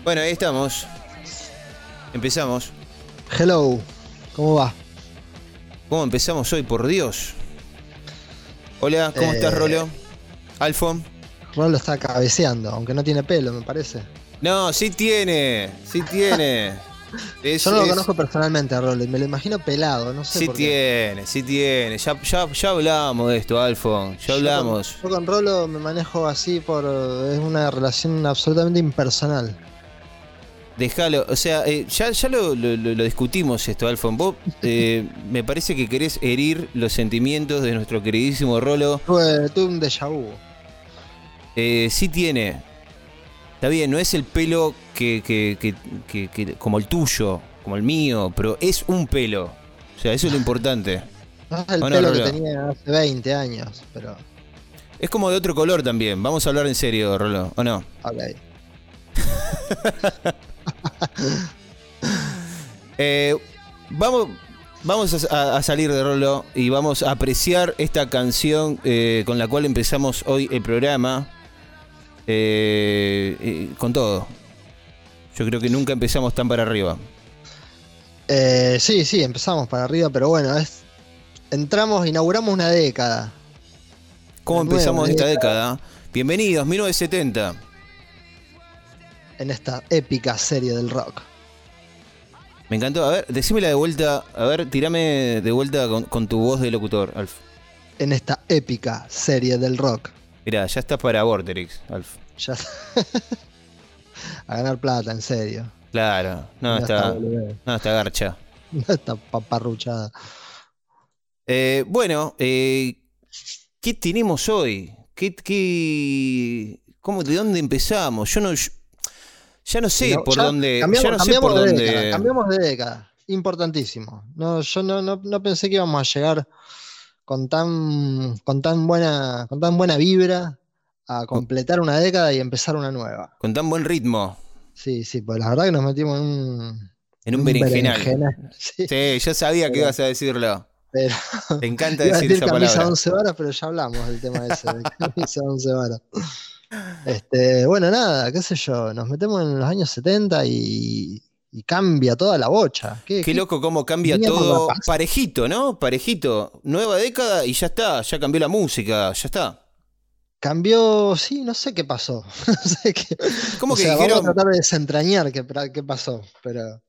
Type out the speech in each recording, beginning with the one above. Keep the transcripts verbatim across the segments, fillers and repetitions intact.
Bueno, ahí estamos. Empezamos. Hello, ¿cómo va? ¿Cómo empezamos hoy, por Dios? Hola, ¿cómo Eh, estás, Rolo? Alfon. Rolo está cabeceando, aunque no tiene pelo, me parece. No, sí tiene, sí tiene. Es, Yo no lo es- conozco personalmente a Rolo y me lo imagino pelado, no sé Sí por qué. tiene, sí tiene. Ya, ya, ya hablamos de esto, Alfon. Ya Yo con, hablamos. yo con Rolo me manejo así por... Es una relación absolutamente impersonal. Déjalo, o sea, eh, ya, ya lo, lo- lo- lo discutimos esto, Alfon. Vos eh, me parece que querés herir los sentimientos de nuestro queridísimo Rolo. Tuve, tuve un déjà vu. Eh, sí tiene. Está bien, no es el pelo que, que, que, que- que- como el tuyo, como el mío, pero es un pelo. O sea, eso es lo importante. No es el ¿O no, pelo que Rolo? tenía hace veinte años, pero... Es como de otro color también. Vamos a hablar en serio, Rolo, ¿o no? Ok. Eh, vamos, vamos a, a salir de Rolo y vamos a apreciar esta canción eh, con la cual empezamos hoy el programa. Eh, eh, con todo. Yo creo que nunca empezamos tan para arriba. Eh, sí, sí, empezamos para arriba, pero bueno, es... Entramos, inauguramos una década. ¿Cómo Una nueva empezamos esta década. década? Bienvenidos, mil novecientos setenta. En esta épica serie del rock. Me encantó. A ver, decímela de vuelta. A ver, tirame de vuelta con, con tu voz de locutor, Alf. En esta épica serie del rock. Mirá, ya estás para Vorterix, Alf. Ya a ganar plata, en serio. Claro, no, No está, está boludez. no, está garcha. No está paparruchada. Eh, bueno, eh, ¿qué tenemos hoy? ¿Qué, qué, cómo, de dónde empezamos? Yo no, yo- ya no sé No, por ya dónde, cambiamos, ya no sé cambiamos por de dónde. década, cambiamos de década. Importantísimo. No, yo no, no, no pensé que íbamos a llegar con tan, con tan buena, con tan buena vibra a Con, completar una década y empezar una nueva. con tan buen ritmo, Sí, sí, pues la verdad que nos metimos en un, en en un un berenjenal. berenjenal. Sí, Sí, yo sabía que pero, ibas a decirlo. pero Te encanta iba a decir decir esa camisa palabra. once varas, pero ya hablamos del tema ese, de camisa once varas. Este, bueno, nada, qué sé yo, nos metemos en los años setenta y, y cambia toda la bocha. ¿Qué, Qué qué loco cómo cambia mierda todo. pasa? Parejito, ¿no? Parejito. Nueva década y ya está. Ya cambió la música, ya está. Cambió, sí, no sé qué pasó. No sé qué- Es como O que sea, vamos a dijeron, tratar de desentrañar qué, qué pasó, pero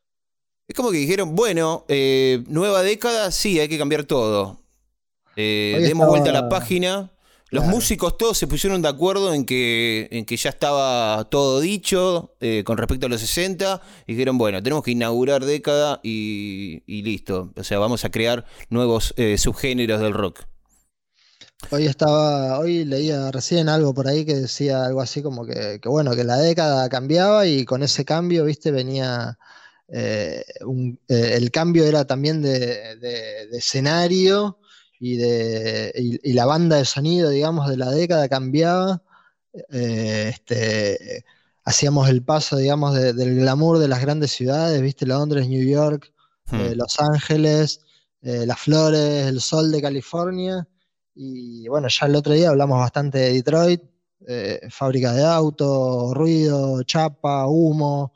es como que dijeron, bueno, eh, nueva década, sí, hay que cambiar todo. Eh, hoy demos vuelta a la estaba, página. Los claro, músicos todos se pusieron de acuerdo en que, en que ya estaba todo dicho eh, con respecto a los sesenta. Y dijeron, bueno, tenemos que inaugurar década y, y listo. O sea, vamos a crear nuevos eh, subgéneros del rock. hoy estaba, hoy leía recién algo por ahí que decía algo así como que, que bueno, que la década cambiaba y con ese cambio, viste, venía eh, un- eh, el cambio era también de, de- de escenario y, de, y, y la banda de sonido, digamos, de la década cambiaba. eh, este, Hacíamos el paso, digamos, de- del glamour de las grandes ciudades, viste, Londres, New York, Hmm. eh, Los Ángeles, eh, las flores, el sol de California. Y bueno, ya el otro día hablamos bastante de Detroit, eh, fábrica de autos, ruido, chapa, humo.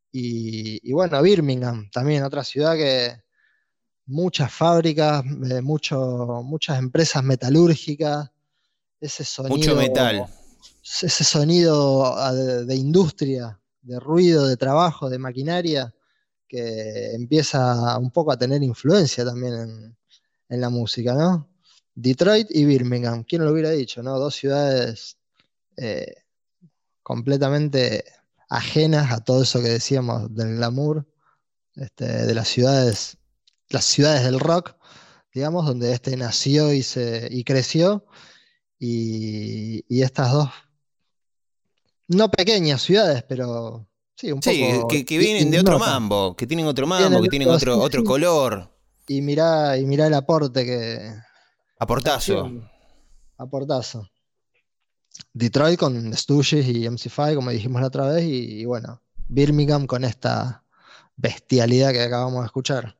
Y, y bueno, Birmingham, también otra ciudad que muchas fábricas, eh, mucho- muchas empresas metalúrgicas, ese Mucho sonido, metal. ese sonido ah, de, de industria, de ruido, de trabajo, de maquinaria, que empieza un poco a tener influencia también en, en la música, ¿no? Detroit y Birmingham, ¿quién lo hubiera dicho, no? Dos ciudades eh, completamente ajenas a todo eso que decíamos del glamour, este, de las ciudades, las ciudades del rock, digamos, donde este nació y, se, y creció, y, y estas dos, no pequeñas ciudades, pero sí, un Sí, poco que, que i- vienen de otro ignotas. mambo, que tienen otro mambo, Tienen que tienen otro, sí, otro, otro sí, color. y mirá, y mirá el aporte que están Aportazo. haciendo, aportazo. Detroit con Stooges y M C cinco, como dijimos la otra vez, y, y bueno, Birmingham con esta bestialidad que acabamos de escuchar.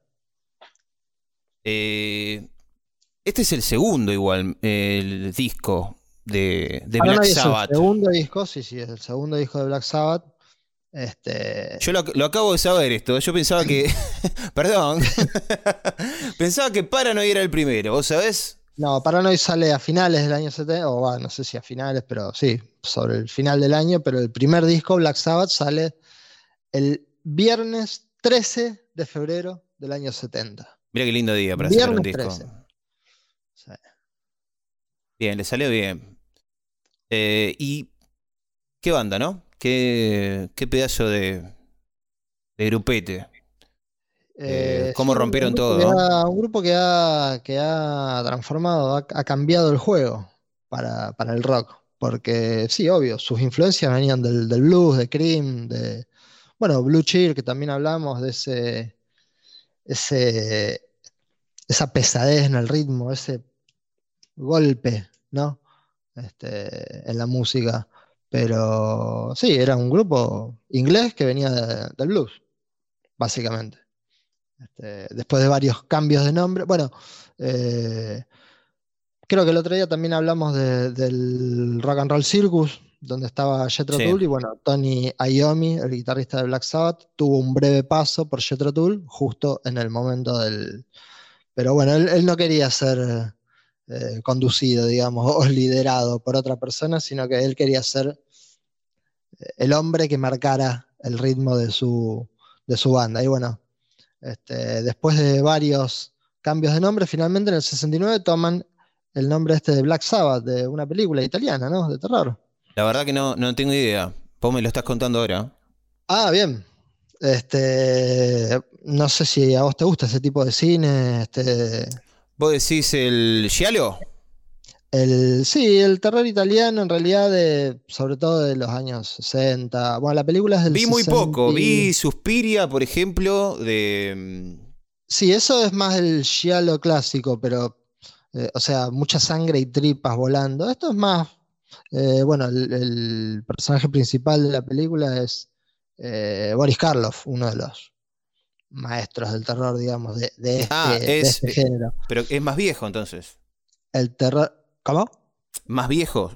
Eh, este es el segundo igual, el disco de, de Ahora no, Black es el Sabbath. segundo disco, sí, sí, es el segundo disco de Black Sabbath. Este, Yo lo, lo acabo de saber esto. Yo pensaba que. Perdón. Pensaba que Paranoid era el primero, ¿vos sabés? no, Paranoid sale a finales del año setenta, o bueno, no sé si a finales, pero sí, sobre el final del año, pero el primer disco, Black Sabbath, sale el viernes trece de febrero del año setenta. Mira qué lindo día para sacar un Viernes disco. trece. Sí. Bien, le salió bien. Eh, y qué banda, ¿no? Qué, qué pedazo de, de grupete. Eh, Eh, cómo sí, un, un rompieron grupo todo, que ¿no? ha, un grupo que ha, que ha transformado, ha, ha cambiado el juego para, para el rock. Porque sí, obvio, sus influencias venían del, del blues, de Cream, de, bueno, Blue Cheer, que también hablamos de ese, ese, esa pesadez en el ritmo, ese golpe, ¿no? Este, en la música. Pero sí, era un grupo inglés que venía de- del blues, básicamente. Este, después de varios cambios de nombre. Bueno, eh, creo que el otro día también hablamos de- del Rock and Roll Circus, donde estaba Jethro Sí. Tull, y bueno, Tony Iommi, el guitarrista de Black Sabbath, tuvo un breve paso por Jethro Tull justo en el momento del... Pero bueno, él, él no quería ser eh, conducido, digamos, o liderado por otra persona, sino que él quería ser el hombre que marcara el ritmo de su, de su banda. Y bueno, este, después de varios cambios de nombre, finalmente en el sesenta y nueve toman el nombre este de Black Sabbath, de una película italiana, ¿no? De terror. La verdad que no, no tengo idea. Vos me lo estás contando ahora. Ah, bien. Este, no sé si a vos te gusta ese tipo de cine. Este, ¿Vos decís el Giallo? el, sí, el terror italiano en realidad, de, sobre todo de los años sesenta. Bueno, la película es del Vi muy sesenta. poco. Vi Suspiria, por ejemplo, de... Sí, eso es más el giallo clásico, pero, eh, o sea, mucha sangre y tripas volando. Esto es más, eh, bueno, el, el personaje principal de la película es eh, Boris Karloff, uno de los maestros del terror, digamos, de, de Ah, este, de es... este eh, género. pero es más viejo entonces. El terror, ¿cómo? Más viejo.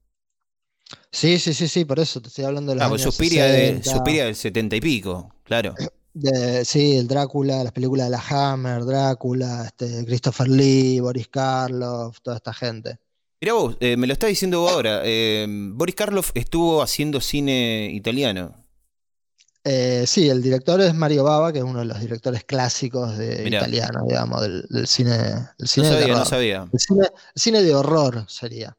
Sí, sí, sí, sí, por eso te estoy hablando de los Ah, pues años Suspiria, de, sesenta. Suspiria del setenta y pico, claro. De, sí, el Drácula, las películas de la Hammer, Drácula, este, Christopher Lee, Boris Karloff, toda esta gente. Mirá vos, eh, me lo está diciendo vos ahora. eh, Boris Karloff estuvo haciendo cine italiano. Eh, sí, el director es Mario Bava, que es uno de los directores clásicos de Mirá, italiano, digamos, del, del cine, del no cine de sabía, no terror. sabía. El cine, el cine de horror sería.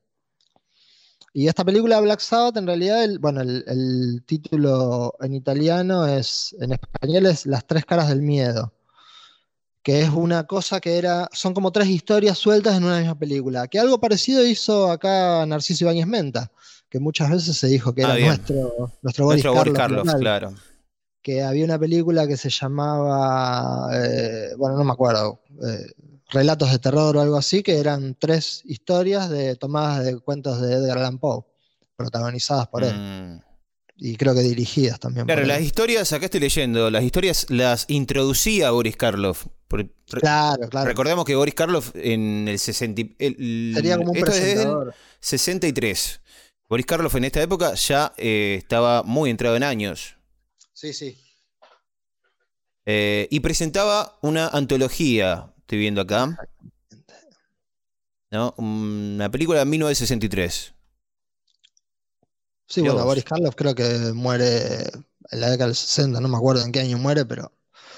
Y esta película Black Sabbath, en realidad, el, bueno, el, el título en italiano es, en español es Las tres caras del miedo, que es una cosa que era, son como tres historias sueltas en una misma película, que algo parecido hizo acá Narciso Ibáñez Menta, que muchas veces se dijo que Ah, era bien. nuestro, nuestro Boris Nuestro Boris Karloff Karloff, local. claro. Que había una película que se llamaba, eh, bueno, no me acuerdo, eh, Relatos de Terror o algo así, que eran tres historias de, tomadas de cuentos de Edgar Allan Poe, protagonizadas por él, Mm. y creo que dirigidas también por Claro, las él. historias, acá estoy leyendo, las historias las introducía Boris Karloff. Por- re- Claro, claro. recordemos que Boris Karloff en el sesenta, y- Sería el- como un esto es desde el presentador. sesenta y tres. Boris Karloff en esta época ya eh, estaba muy entrado en años. Sí, sí. Eh, y presentaba una antología, estoy viendo acá, ¿no? Una película de mil novecientos sesenta y tres. Sí, Mirá bueno, vos. Boris Karloff creo que muere en la década del sesenta, no me acuerdo en qué año muere, pero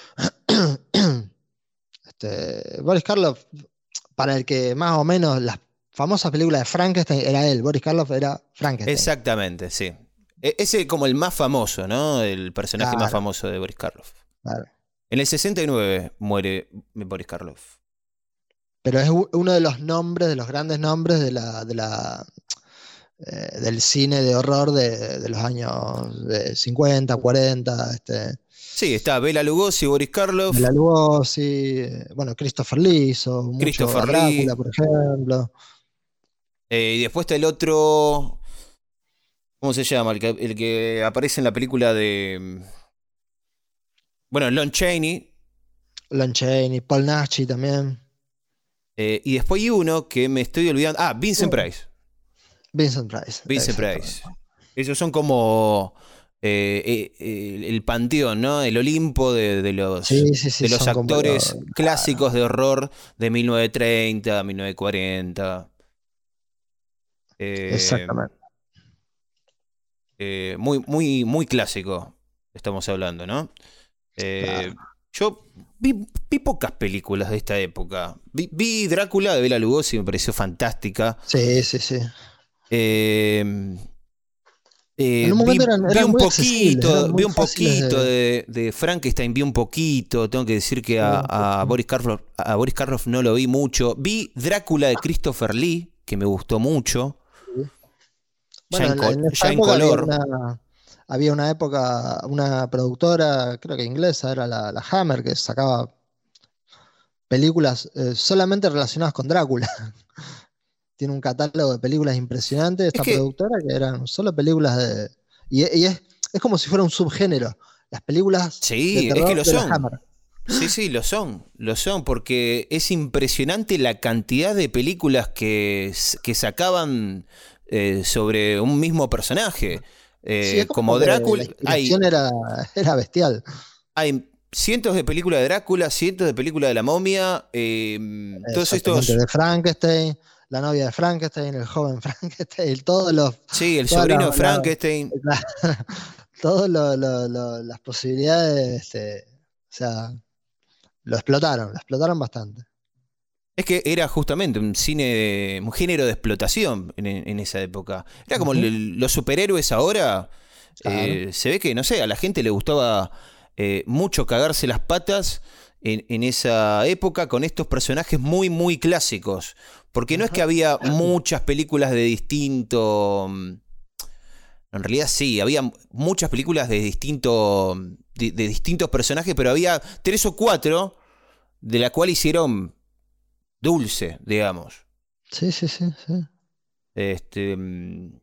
este, Boris Karloff, para el que más o menos las famosas películas de Frankenstein era él, Boris Karloff era Frankenstein. Exactamente, sí. E- Ese como el más famoso, ¿no? El personaje más Claro, famoso de Boris Karloff. claro. En el sesenta y nueve muere Boris Karloff. Pero es u- uno de los nombres, de los grandes nombres de la, de la, eh, del cine de horror de, de los años de cincuenta, cuarenta, este, Sí, está Bela Lugosi, Boris Karloff, Bela Lugosi, eh, bueno, Christopher Lee hizo mucho a Christopher Lee, Drácula, por ejemplo. eh, y después está el otro, ¿cómo se llama? El que, el que aparece en la película de, bueno, Lon Chaney, Lon Chaney, Paul Naschy también. eh, y después hay uno que me estoy olvidando, ah, Vincent Uh, Price, Vincent Price, Vincent exactamente. Price. Esos son como eh, eh, eh, el panteón, ¿no? El Olimpo de, de los, Sí, sí, sí, de los son como actores los... clásicos Claro, de horror de mil novecientos treinta, mil novecientos cuarenta. Eh, exactamente. eh, muy, muy, muy clásico estamos hablando, ¿no? Claro. Eh, yo vi, vi pocas películas de esta época. Vi, vi Drácula de Bela Lugosi, me pareció fantástica. Sí, sí, sí. Eh, En eh, un momento vi, eran, vi eran un muy accesibles, eran poquito, vi muy un fáciles poquito de... de, de Frankenstein, vi un poquito. Tengo que decir que Sí, a, sí, a sí. Boris Karloff, a Boris Karloff no lo vi mucho. Vi Drácula de Christopher Lee, que me gustó mucho, Sí. ya Bueno, en, en, col- en ya esa en época había color. una, había una época, una productora, creo que inglesa, era la, la Hammer, que sacaba películas eh, solamente relacionadas con Drácula. Tiene un catálogo de películas impresionante, Es esta que, productora, que eran solo películas de... Y, y es, es como si fuera un subgénero, las películas de sí, es que terror lo de la son. Hammer. Sí, sí, lo son, lo son, porque es impresionante la cantidad de películas que, s- que sacaban eh, sobre un mismo personaje. Sí, es Eh, como como que la Drácula, hay, inspiración era, era bestial. hay cientos de películas de Drácula, cientos de películas de la momia, eh, todos Exactamente, estos, de Frankenstein, la novia de Frankenstein, el joven Frankenstein, todos los, sí, el todas las, sobrino de las- Frankenstein. la- todas lo- lo- lo- las posibilidades, este, o sea, lo explotaron, lo explotaron bastante. Es que era justamente un cine, un género de explotación en, en esa época. Era como Ujú, el- los superhéroes ahora. claro. Eh, se ve que, no sé, a la gente le gustaba eh, mucho cagarse las patas en, en esa época con estos personajes muy, muy clásicos. Porque no es que Ajá. había muchas películas de distinto. mm, En realidad sí, había muchas películas de distinto. De, de distintos personajes, pero había tres o cuatro de la cual hicieron dulce, digamos. Sí, sí, sí, sí. Este, mm,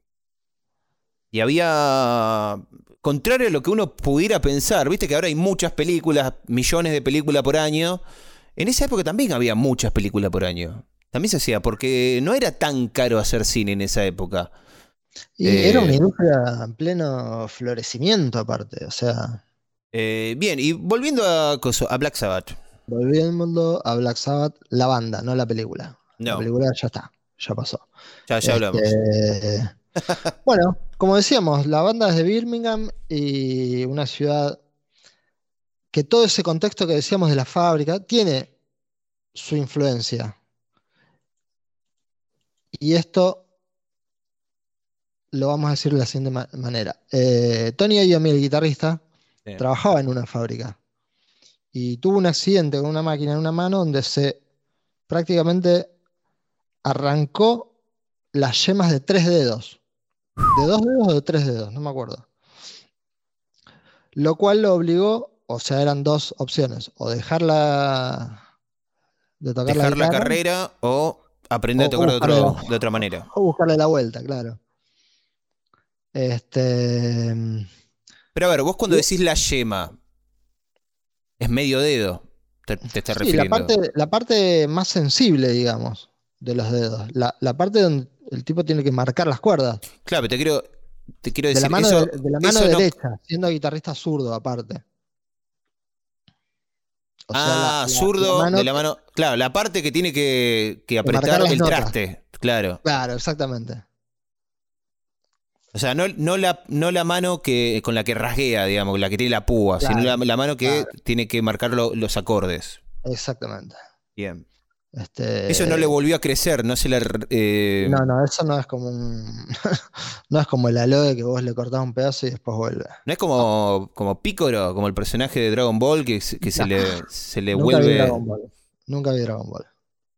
y había, contrario a lo que uno pudiera pensar, viste que ahora hay muchas películas, millones de películas por año. En esa época también había muchas películas por año. También se hacía, porque no era tan caro hacer cine en esa época. Y era una Eh, industria en pleno florecimiento aparte, o sea, eh, bien, y volviendo a, coso- a Black Sabbath. volviendo a Black Sabbath, la banda, no la película. La No, película ya está, ya pasó. ya, ya hablamos. Este, bueno, como decíamos, la banda es de Birmingham y una ciudad que todo ese contexto que decíamos de la fábrica tiene su influencia. Y esto lo vamos a decir de la siguiente ma- manera. Eh, Tony Iommi, el guitarrista, Sí. trabajaba en una fábrica y tuvo un accidente con una máquina en una mano donde se prácticamente arrancó las yemas de tres dedos. ¿De dos dedos o de tres dedos? No me acuerdo. Lo cual lo obligó, o sea, eran dos opciones, o dejarla de tocar la Dejar la guitarra carrera o aprender a o, o tocar de, buscarle la, otro, de otra manera. o buscarle la vuelta, claro. Este, Pero a ver, vos cuando y- decís la yema, es medio dedo, te, te estás sí, la refiriendo. parte, la parte más sensible, digamos, de los dedos. La, la parte donde el tipo tiene que marcar las cuerdas. Claro, pero te quiero, te quiero De la decir, mano, de, eso, de la mano eso no. derecha, siendo guitarrista zurdo aparte. O sea, la, Ah, la- la zurdo de mano la que, mano. Claro, la parte que tiene que, que que marcar apretar las el notas. traste. Claro. Claro, exactamente. O sea, no, no, la, no la mano que, con la que rasguea, digamos, la que tiene la púa, sino la, Claro, la mano que claro, tiene que marcar lo- los acordes. exactamente. Bien. Eso no le Este, volvió a crecer, no se le. eh, no, no, eso no es como un, no es como el aloe que vos le cortás un pedazo y después vuelve. no es No, como, como Piccolo, como el personaje de Dragon Ball que, se- que se no, le, se le nunca vi vuelve. Dragon Ball. Nunca vi Dragon Ball.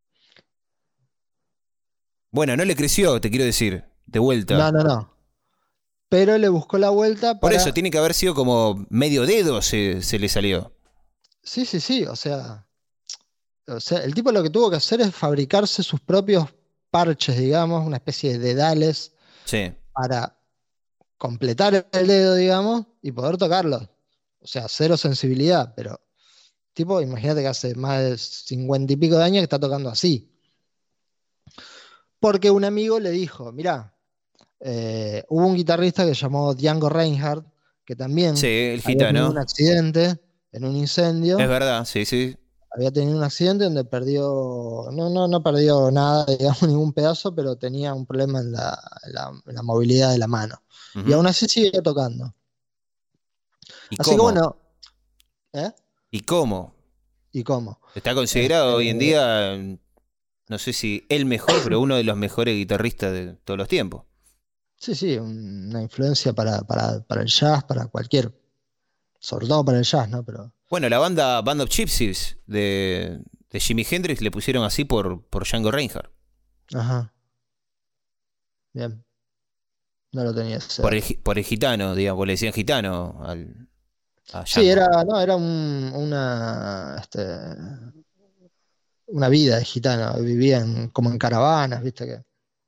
Bueno, no le creció, te quiero decir, de No, vuelta. no, no. Pero le buscó la vuelta Por eso, para. tiene que haber sido como medio dedo se, se le salió. Sí, sí, sí. O sea, o sea, el tipo lo que tuvo que hacer es fabricarse sus propios parches, digamos, una especie de dedales Sí. para completar el dedo, digamos, y poder tocarlo. O sea, cero sensibilidad, pero tipo, imagínate que hace más de cincuenta y pico de años que está tocando así. Porque un amigo le dijo, mirá, eh, hubo un guitarrista que se llamó Django Reinhardt, que también Sí, el había tenido un gitano. accidente en un Es incendio. verdad, sí, sí. Había tenido un accidente donde perdió, no, no, no perdió nada, digamos, ningún pedazo, pero tenía un problema en la, en la- en la movilidad de la mano. Y aún Ujú. así sigue tocando. ¿Y Así que cómo? bueno, ¿eh? ¿Y cómo? ¿Y cómo? Está considerado Este, hoy en día, mm, no sé si el mejor, pero uno de los mejores guitarristas de todos los tiempos. sí, sí, un- una influencia para, para, para el jazz, para cualquier, sobre todo para el jazz, ¿no? Pero, Bueno, la banda Band of Gypsys de, de Jimi Hendrix le pusieron así por, por Django Reinhardt. ajá, bien, no lo tenía ese Por el, dato. gi- por el gitano, digamos, le decían gitano al, a Sí, Django. era, no, era un- una, este, una vida de gitano, vivían como en caravanas, ¿viste? Que,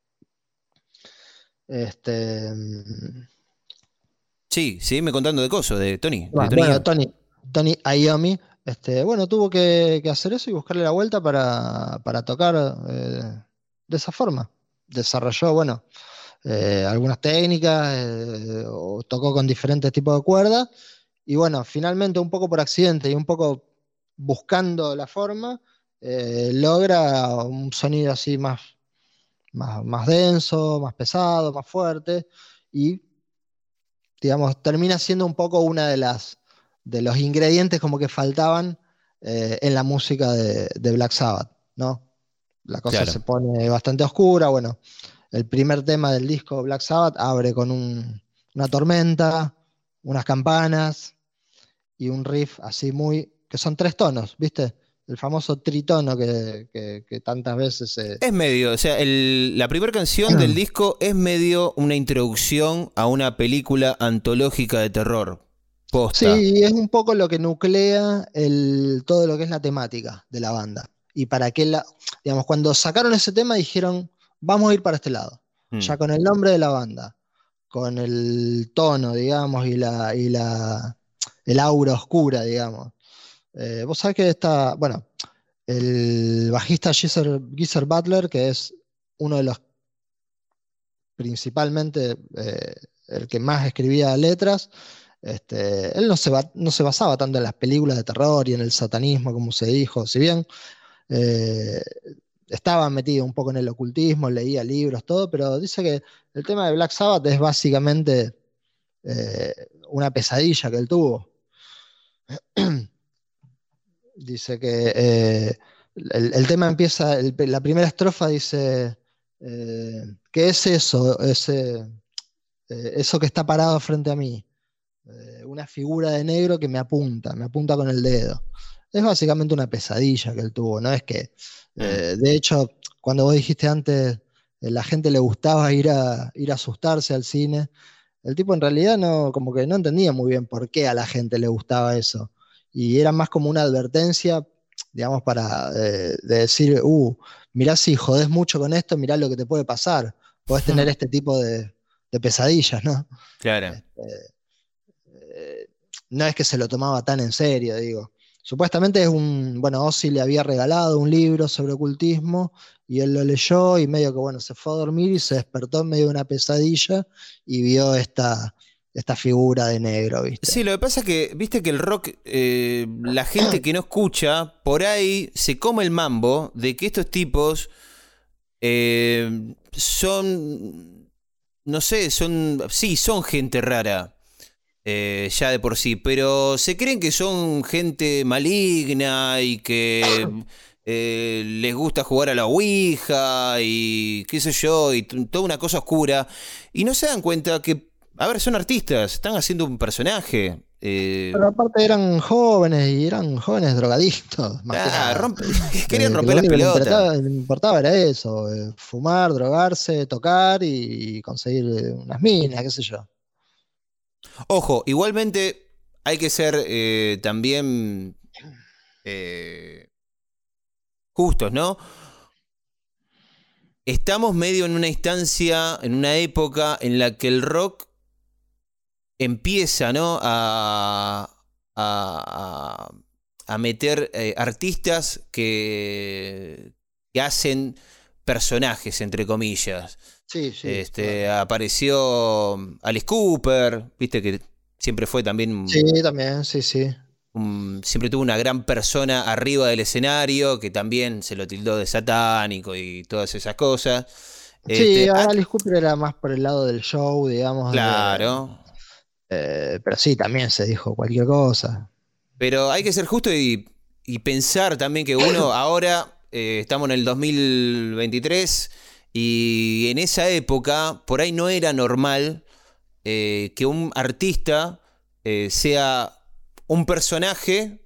este, mm, Sí, sígueme contando de coso, de Tony, de bueno, Tony bueno, Iommi. Tony, Tony Iommi, este, bueno, tuvo que, que hacer eso y buscarle la vuelta para, para tocar eh, de esa forma. Desarrolló, bueno, eh, algunas técnicas, eh, o tocó con diferentes tipos de cuerdas, y bueno, finalmente un poco por accidente y un poco buscando la forma, eh, logra un sonido así más, más, más denso, más pesado, más fuerte, y digamos, termina siendo un poco una de las de los ingredientes como que faltaban eh, en la música de, de Black Sabbath, ¿no? La cosa se Claro. pone bastante oscura, bueno, el primer tema del disco Black Sabbath abre con un- una tormenta, unas campanas y un riff así muy, que son tres tonos, ¿viste? El famoso tritono que, que- que tantas veces se... Es medio, o sea, el- la primera canción del disco es medio una introducción a una película antológica de terror. Posta. Sí, y es un poco lo que nuclea el, todo lo que es la temática de la banda. Y para qué la, digamos, cuando sacaron ese tema dijeron, vamos a ir para este lado. Mm. Ya con el nombre de la banda, con el tono, digamos, y la, y la, el aura oscura, digamos. Eh, vos sabés que está, bueno, el bajista Geezer, Geezer Butler, que es uno de los principalmente eh, el que más escribía letras, este, él no se, ba- no se basaba tanto en las películas de terror y en el satanismo, como se dijo, si bien eh, estaba metido un poco en el ocultismo, leía libros, todo, pero dice que el tema de Black Sabbath es básicamente eh, una pesadilla que él tuvo. Dice que eh, el, el tema empieza, el- la primera estrofa dice, eh, ¿qué es eso? Ese, eh, eso que está parado frente a mí. Eh, una figura de negro que me apunta, me apunta con el dedo. Es básicamente una pesadilla que él tuvo, ¿no? Es que, Mm. eh, de hecho, cuando vos dijiste antes, eh, la gente le gustaba ir a, ir a asustarse al cine, el tipo en realidad no, como que no entendía muy bien por qué a la gente le gustaba eso. Y era más como una advertencia, digamos, para eh, de decir, uh, mirá si jodés mucho con esto, mirá lo que te puede pasar. Podés tener este tipo de, de pesadillas, ¿no? Claro. Este, eh, no es que se lo tomaba tan en serio, digo. Supuestamente es un, bueno, Ozzy le había regalado un libro sobre ocultismo y él lo leyó y medio que, bueno, se fue a dormir y se despertó en medio de una pesadilla y vio esta, esta figura de negro, Sí, ¿viste? lo que pasa es que, viste que el rock, eh, la gente que no escucha, por ahí se come el mambo de que estos tipos eh, son, no sé, son, sí, son gente rara, eh, ya de por sí, pero se creen que son gente maligna y que eh, les gusta jugar a la Ouija y qué sé yo, y t- toda una cosa oscura, y no se dan cuenta que, a ver, son artistas, están haciendo un personaje. Eh, Pero aparte eran jóvenes y eran jóvenes drogadictos, más que ah, nada. rompe- querían Eh, que romper lo las único que le pelotas. importaba, le importaba era eso, eh, fumar, drogarse, tocar y conseguir eh, unas minas, qué sé yo. Ojo, igualmente hay que ser eh, también eh, justos, ¿no? Estamos medio en una instancia, en una época en la que el rock empieza, ¿no? A, a, a meter eh, artistas que, que hacen personajes, entre comillas. Sí, sí, Este, totalmente. apareció Alice Cooper, viste que siempre fue también, Sí, también, sí, sí. un- siempre tuvo una gran persona arriba del escenario, que también se lo tildó de satánico y todas esas cosas. Sí, Este, ah, Alice Cooper era más por el lado del show, digamos, de, claro, eh, pero sí, también se dijo cualquier cosa. pero hay que ser justo y, y pensar también que uno ahora, eh, estamos en el dos mil veintitrés y en esa época por ahí no era normal, eh, que un artista, eh, sea un personaje,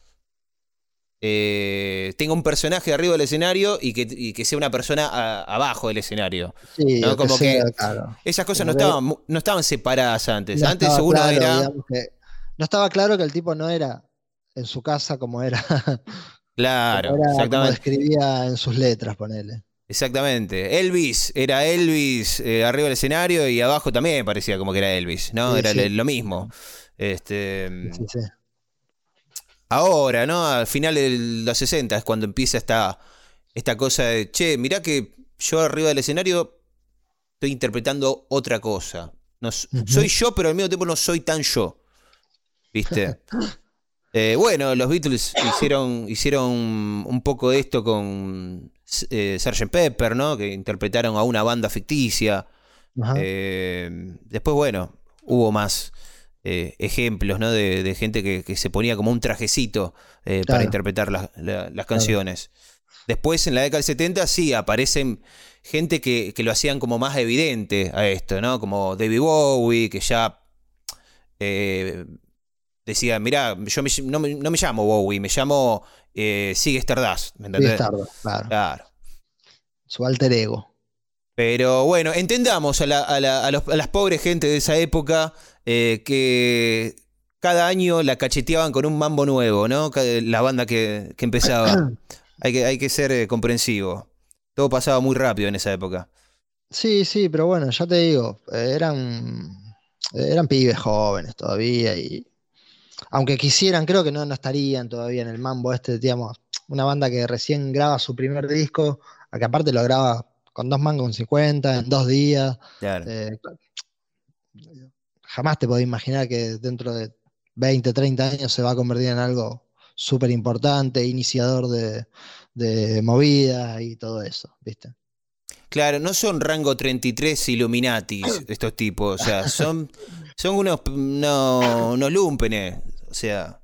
eh, tenga un personaje arriba del escenario y que, y que sea una persona a- abajo del escenario. Sí, ¿No? o que Como sea, que claro, esas cosas no como que estaban, mu- no estaban separadas antes. no Antes estaba uno claro, era, digamos que no estaba claro que el tipo no era en su casa como era, como claro, era, como exactamente. describía en sus letras, ponele. Exactamente. Elvis era Elvis, eh, arriba del escenario y abajo también parecía como que era Elvis, ¿no? Sí, Era sí, le- lo mismo. Este, sí, sí, sí. ahora, ¿no? Al final de los sesenta es cuando empieza esta, esta cosa de, che, mirá que yo arriba del escenario estoy interpretando otra cosa. No, s- soy Ujú. yo, pero al mismo tiempo no soy tan yo, ¿viste? Eh, bueno, los Beatles hicieron, hicieron un poco de esto con, eh, sergeant Pepper, ¿no? Que interpretaron a una banda ficticia. Ajá, Eh, después, bueno, hubo más, eh, ejemplos, ¿no? De, de gente que, que se ponía como un trajecito, eh, para claro, interpretar la- la- las claro. canciones. Después, en la década del setenta, sí, aparecen gente que, que lo hacían como más evidente a esto, ¿no? Como David Bowie, que ya, eh, decía, mirá, yo me- no, me, no me llamo Bowie, me llamo, eh, Ziggy Stardust, ¿me Sí, es entendés? tarde, claro. Claro. Su alter ego. Pero bueno, entendamos a, la- a la- a los- a las pobres gente de esa época, eh, que cada año la cacheteaban con un mambo nuevo, ¿no? Cada- La banda que, que empezaba. Hay que, hay que ser, eh, comprensivo. Todo pasaba muy rápido en esa época. Sí, sí, pero bueno, ya te digo, eh, eran, eran pibes jóvenes todavía y aunque quisieran, creo que no, no estarían todavía en el mambo este, digamos, una banda que recién graba su primer disco, a que aparte lo graba con dos mangos con cincuenta, en dos días. Claro. eh, Jamás te podés imaginar que dentro de veinte, treinta años se va a convertir en algo súper importante, iniciador de, de movidas y todo eso, ¿viste? Claro, no son rango treinta y tres Illuminatis estos tipos, o sea, son, son unos, no, unos lúmpenes, o sea,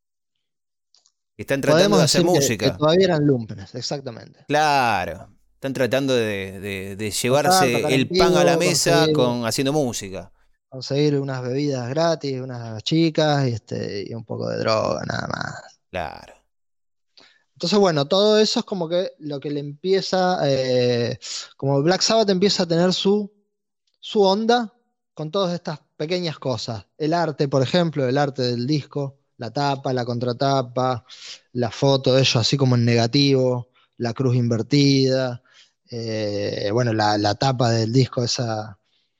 que están tratando Podemos de hacer decir que, que música. todavía eran lumpenes, exactamente. Claro, están tratando de, de- de Tocar, tocar llevarse en el pan a la vivo, mesa conseguir, con haciendo música. conseguir unas bebidas gratis, unas chicas y, este, y un poco de droga, nada más. Claro. Entonces, bueno, todo eso es como que lo que le empieza, eh, como Black Sabbath empieza a tener su, su onda con todas estas pequeñas cosas. El arte, por ejemplo, el arte del disco, la tapa, la contratapa, la foto de ellos así como en negativo, la cruz invertida, eh, bueno, la, la tapa del disco, esa,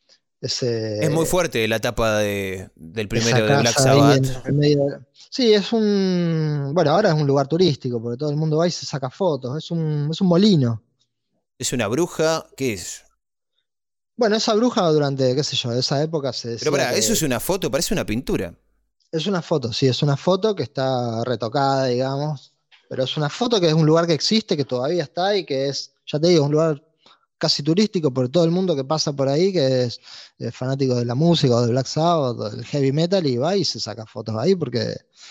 Es muy ese, fuerte la tapa de, del esa primero de Black casa ahí Sabbath. en el medio. de- Sí, es un, bueno, ahora es un lugar turístico, porque todo el mundo va y se saca fotos, es un, es un molino. Es una bruja, ¿qué es? Bueno, esa bruja durante, qué sé yo, esa época se Pero decía pará, eso que es una foto, parece una pintura. es una foto, sí, es una foto que está retocada, digamos, pero es una foto que es un lugar que existe, que todavía está y que es, ya te digo, un lugar casi turístico por todo el mundo que pasa por ahí, que es, eh, fanático de la música o de Black Sabbath o del heavy metal y va y se saca fotos ahí porque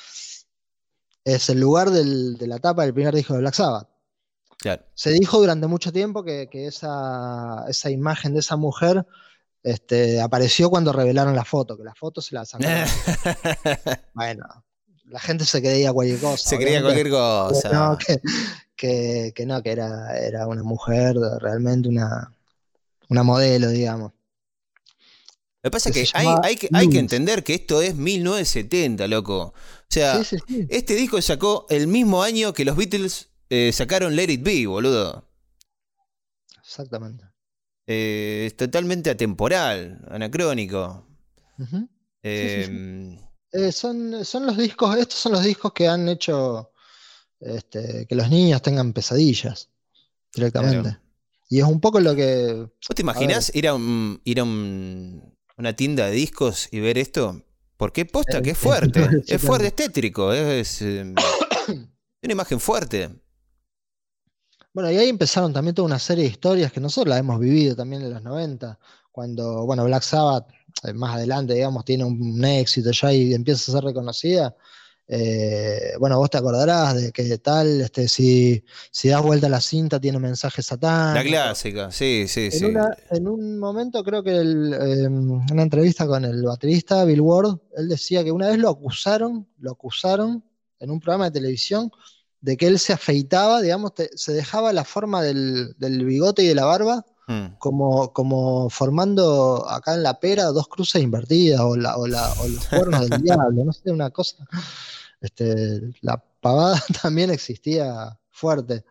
es el lugar del- de la tapa del primer disco de Black Sabbath. Claro. Se dijo durante mucho tiempo que, que esa, esa imagen de esa mujer, este, apareció cuando revelaron la foto, que la foto se la sacaron. Bueno, la gente se creía cualquier cosa, Se creía obviamente cualquier que no, cosa. que, que- que no, que era, era una mujer, realmente una, una modelo, digamos, Lo que pasa que es se que hay, llamaba hay que hay que Louis. entender que esto es mil novecientos setenta, loco. O Sí, sea, sí, sí, este disco se sacó el mismo año que los Beatles, eh, sacaron Let It Be, boludo. exactamente. Eh, es totalmente atemporal, anacrónico. Ujú. Sí, sí, sí. Eh, Eh, son, son los discos, estos son los discos que han hecho, este, que los niños tengan pesadillas claro. directamente. Y es un poco lo que, ¿Vos te a ver, imaginás ir a, un- ir a un- una tienda de discos y ver esto? Porque posta que en, es en fuerte. los Es fuerte, setenta. es tétrico. Es, eh, una imagen fuerte. Bueno, y ahí empezaron también toda una serie de historias que nosotros las hemos vivido también en los noventa, cuando, bueno, Black Sabbath, eh, más adelante, digamos, tiene un, un éxito ya y empieza a ser reconocida. Eh, bueno, vos te acordarás de que tal, este, si, si das vuelta a la cinta tiene mensajes La satánicos. clásica, sí, sí, En sí. una, en un momento creo que el, eh, una entrevista con el baterista Bill Ward, él decía que una vez lo acusaron, lo acusaron en un programa de televisión de que él se afeitaba, digamos, te- se dejaba la forma del, del bigote y de la barba Mm. como, como formando acá en la pera dos cruces invertidas o, la, o, la, o los cuernos del diablo, no sé, una cosa. Este, la pavada también existía fuerte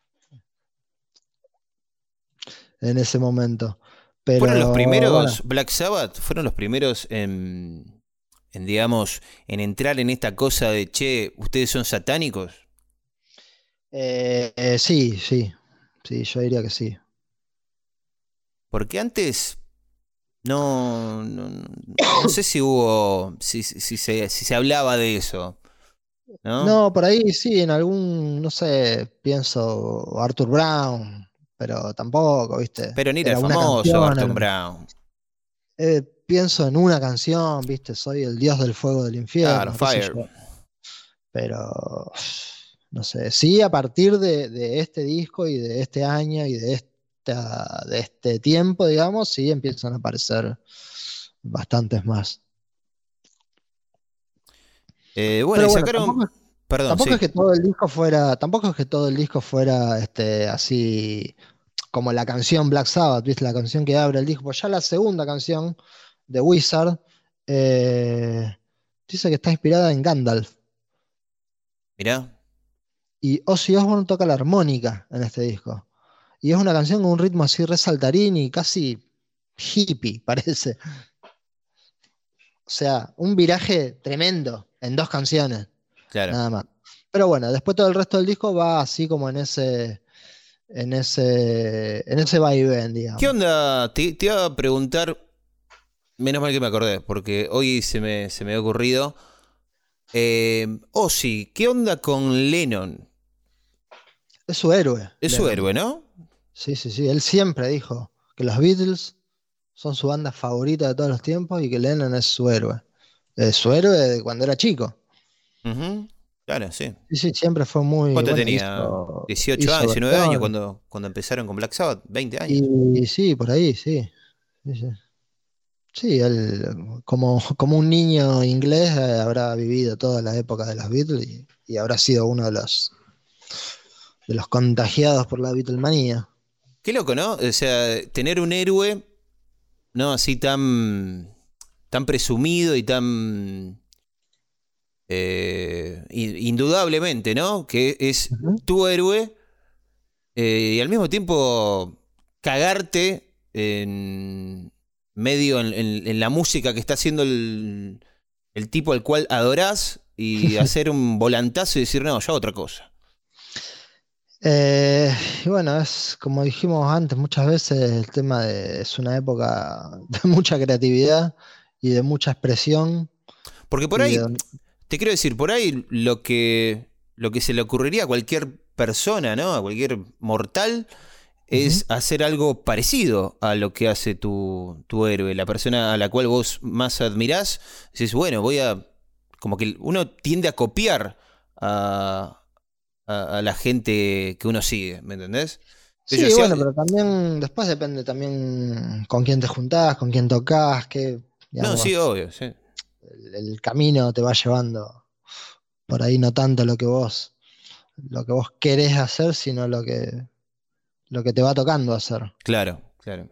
en ese momento. Fueron los Pero bueno. primeros, Black Sabbath, fueron los primeros en, en, digamos, en entrar en esta cosa de, che, ustedes son satánicos. Eh, eh, sí, sí, sí, yo diría que sí. Porque antes no, no, no sé si hubo, si, si, si se, si se hablaba de eso, ¿no? No, por ahí sí, en algún, no sé, pienso Arthur Brown, pero tampoco, ¿viste? Pero ni era el Era una famoso canción. Barton era- Brown. eh, pienso en una canción, ¿viste? Soy el dios del fuego del Claro, infierno, qué sé Fire. yo. Pero, no sé, sí, a partir de, de este disco y de este año y de, esta, de este tiempo, digamos, sí empiezan a aparecer bastantes más. Eh, bueno, y Pero bueno, tampoco sacaron, perdón, Tampoco sí. es que todo el disco fuera, tampoco es que todo el disco fuera este, así como la canción Black Sabbath, ¿viste? La canción que abre el disco. Pues ya la segunda canción de Wizard eh, dice que está inspirada en Gandalf. Mirá. Y Ozzy Osbourne toca la armónica en este disco. Y es una canción con un ritmo así re saltarín y casi hippie, parece. O sea, un viraje tremendo en dos canciones, Claro. nada más. Pero bueno, después todo el resto del disco va así como en ese en ese, en ese vaivén, ¿Qué digamos. onda? Te, te iba a preguntar, menos mal que me acordé, porque hoy se me, se me ha ocurrido. Eh, Ozzy, ¿qué onda con Lennon? Es su héroe, Es su Lennon. héroe, ¿no? Sí, sí, sí. Él siempre dijo que los Beatles son su banda favorita de todos los tiempos y que Lennon es su héroe. Es su héroe de cuando era chico. Ujú. Claro, sí. Sí, sí, siempre fue muy, ¿Cuánto bueno, tenía? hizo, Dieciocho años, hizo diecinueve años versiones. cuando, cuando empezaron con Black Sabbath, veinte años. Y sí, por ahí, sí. Sí, sí. Sí, él, como, como un niño inglés, eh, habrá vivido toda la época de los Beatles y, y habrá sido uno de los, de los contagiados por la Beatlemanía. Qué loco, ¿no? O sea, tener un héroe, ¿no? Así tan, tan presumido y tan eh, in- indudablemente, ¿no? Que es Ujú. tu héroe eh, y al mismo tiempo cagarte en medio en, en- en la música que está haciendo el, el tipo al cual adorás y hacer un volantazo y decir, no, yo hago otra cosa. Eh, y bueno, es como dijimos antes, muchas veces el tema de, es una época de mucha creatividad y de mucha expresión Porque por y ahí, de, te quiero decir, por ahí lo que, lo que se le ocurriría a cualquier persona, ¿no? A cualquier mortal, ujú. es hacer algo parecido a lo que hace tu, tu héroe, la persona a la cual vos más admirás. Dices, bueno, voy a. Como que uno tiende a copiar a, a- a la gente que uno sigue, ¿me entendés? Que yo, Sí, si bueno, al- pero también después depende también con quién te juntás, con quién tocas, que no, sí, digamos, obvio, sí. el, el camino te va llevando por ahí no tanto lo que vos, lo que vos querés hacer, sino lo que, lo que te va tocando hacer. Claro, claro.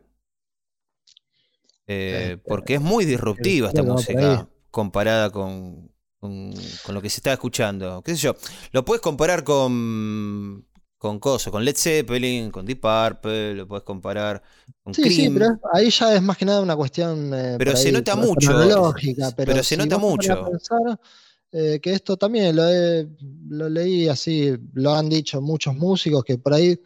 Eh, Este, porque es muy disruptiva esta creo que va por ahí. música comparada con, con, con lo que se está escuchando. ¿Qué sé yo? Lo puedes comparar con, con cosas, con Led Zeppelin, con Deep Purple, lo puedes comparar con Sí, sí, pero Cream, es- ahí ya es más que nada una cuestión eh, pero por se ahí nota cro- mucho, es- cronológica, es- pero pero se si nota vos te pones a mucho. pensar eh, que esto también lo, he- lo leí así, lo han dicho muchos músicos que por ahí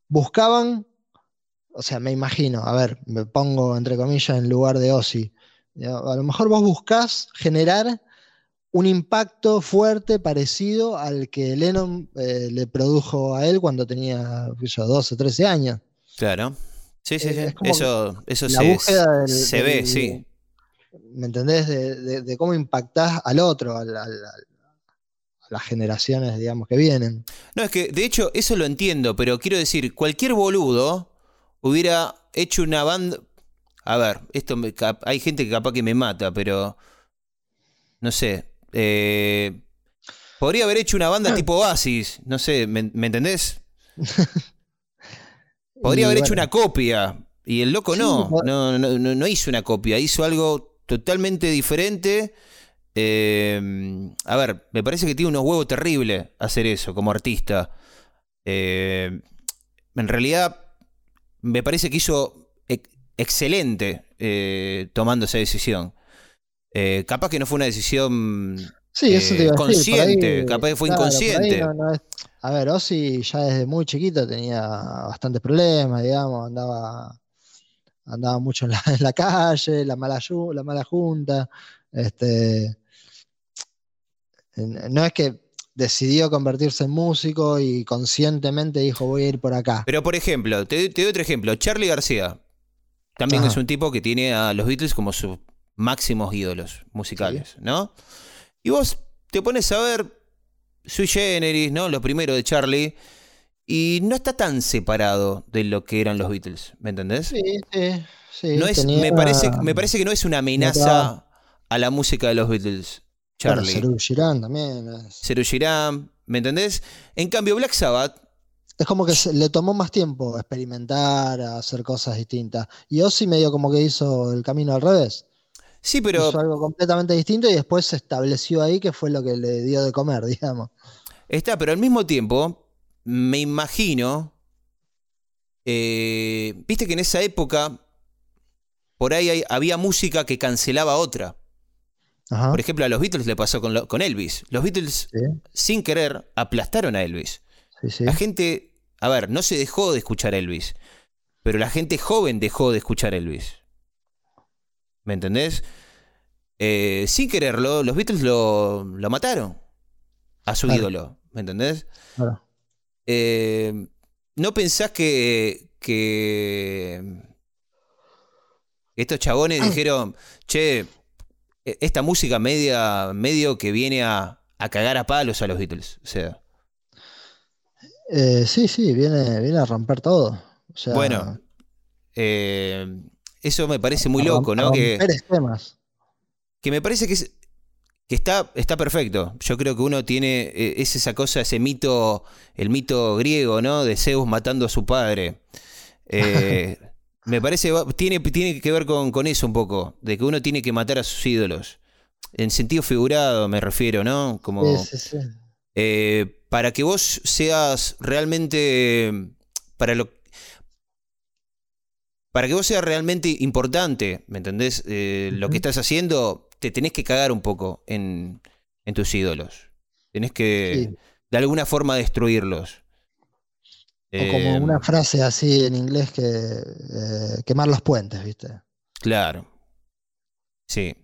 buscaban, o sea, me imagino, a ver, me pongo entre comillas en lugar de Ozzy, A lo mejor vos buscás generar un impacto fuerte parecido al que Lennon eh, le produjo a él cuando tenía yo, doce, trece años. Claro. Sí, sí, Eh, sí. es como Eso, eso la se, búsqueda del, se ve, del- sí. ¿me entendés? De, de- de cómo impactás al otro, al- al- al- a las generaciones, digamos, que vienen. No, es que de hecho eso lo entiendo, pero quiero decir, cualquier boludo hubiera hecho una banda. A ver, esto me- cap- hay gente que capaz que me mata, pero no sé. eh, podría haber hecho una banda tipo Oasis, no sé, ¿me, me entendés? Podría Y haber hecho bueno, una copia. Y el loco sí, no, po- no, no, no, no hizo una copia, hizo algo totalmente diferente. Eh, a ver, me parece que tiene unos huevos terribles hacer eso como artista. Eh, en realidad, me parece que hizo ex- excelente eh, tomando esa decisión. Eh, capaz que no fue una decisión sí, eso te eh, iba a decir, por ahí, consciente, capaz que fue claro, por ahí no, inconsciente. no es. A ver, Ozzy ya desde muy chiquito tenía bastantes problemas, digamos, andaba, andaba mucho en la, en la calle, la mala, yu- la mala junta. Este, no es que decidió convertirse en músico y conscientemente dijo voy a ir por acá. Pero por ejemplo, te, te doy otro ejemplo. Charlie García también es Ajá, un tipo que tiene a los Beatles como sus máximos ídolos sí. musicales, ¿no? Y vos te pones a ver Sui Generis, ¿no? Lo primero de Charlie, y no está tan separado de lo que eran los Beatles, ¿me entendés? Sí, sí, No sí, es, tenía, me parece, me parece que no es una tenía trabajo. amenaza a la música de los Beatles, Bueno, Charlie. Serú Girán también. Es, Serú Girán, ¿me entendés? En cambio, Black Sabbath, es como que se- le tomó más tiempo experimentar, a hacer cosas distintas. Y Ozzy medio como que hizo el camino al revés. sí, Hizo pero algo completamente distinto y después se estableció ahí que fue lo que le dio de comer, digamos. está, pero al mismo tiempo, me imagino, eh, viste que en esa época, por ahí hay- había música que cancelaba otra. Por Ajá. ejemplo, a los Beatles le pasó con, lo- con Elvis. Los Beatles, Sí, sin querer, aplastaron a Elvis. sí, La sí. gente, a ver, no se dejó de escuchar a Elvis, pero la gente joven dejó de escuchar a Elvis. ¿Me entendés? Eh, sin quererlo, los Beatles lo, lo mataron a su Claro, ídolo. ¿Me entendés? claro. Eh, ¿No pensás que, que estos chabones dijeron, che, esta música media, medio que viene a, a cagar a palos a los Beatles? O sea, Eh, sí, sí, viene, viene a romper todo. O bueno, sea, eh, eso me parece muy a, rom- loco, a ¿no? Que, romper esquemas. que me parece que, es, que está, está perfecto. Yo creo que uno tiene, eh, es esa cosa, ese mito, el mito griego, ¿no? De Zeus matando a su padre. Eh, me parece, va- tiene, tiene que ver con, con eso un poco, de que uno tiene que matar a sus ídolos. En sentido figurado me refiero, ¿no? Sí, Como sí, sí. eh, para que vos seas realmente, para lo, para que vos seas realmente importante, ¿me entendés? Eh, lo que Ujú. estás haciendo, te tenés que cagar un poco en, en tus ídolos. Tenés que, Sí. de alguna forma, destruirlos. O como una Eh, frase así en inglés que eh, quemar los puentes, ¿viste? claro, sí.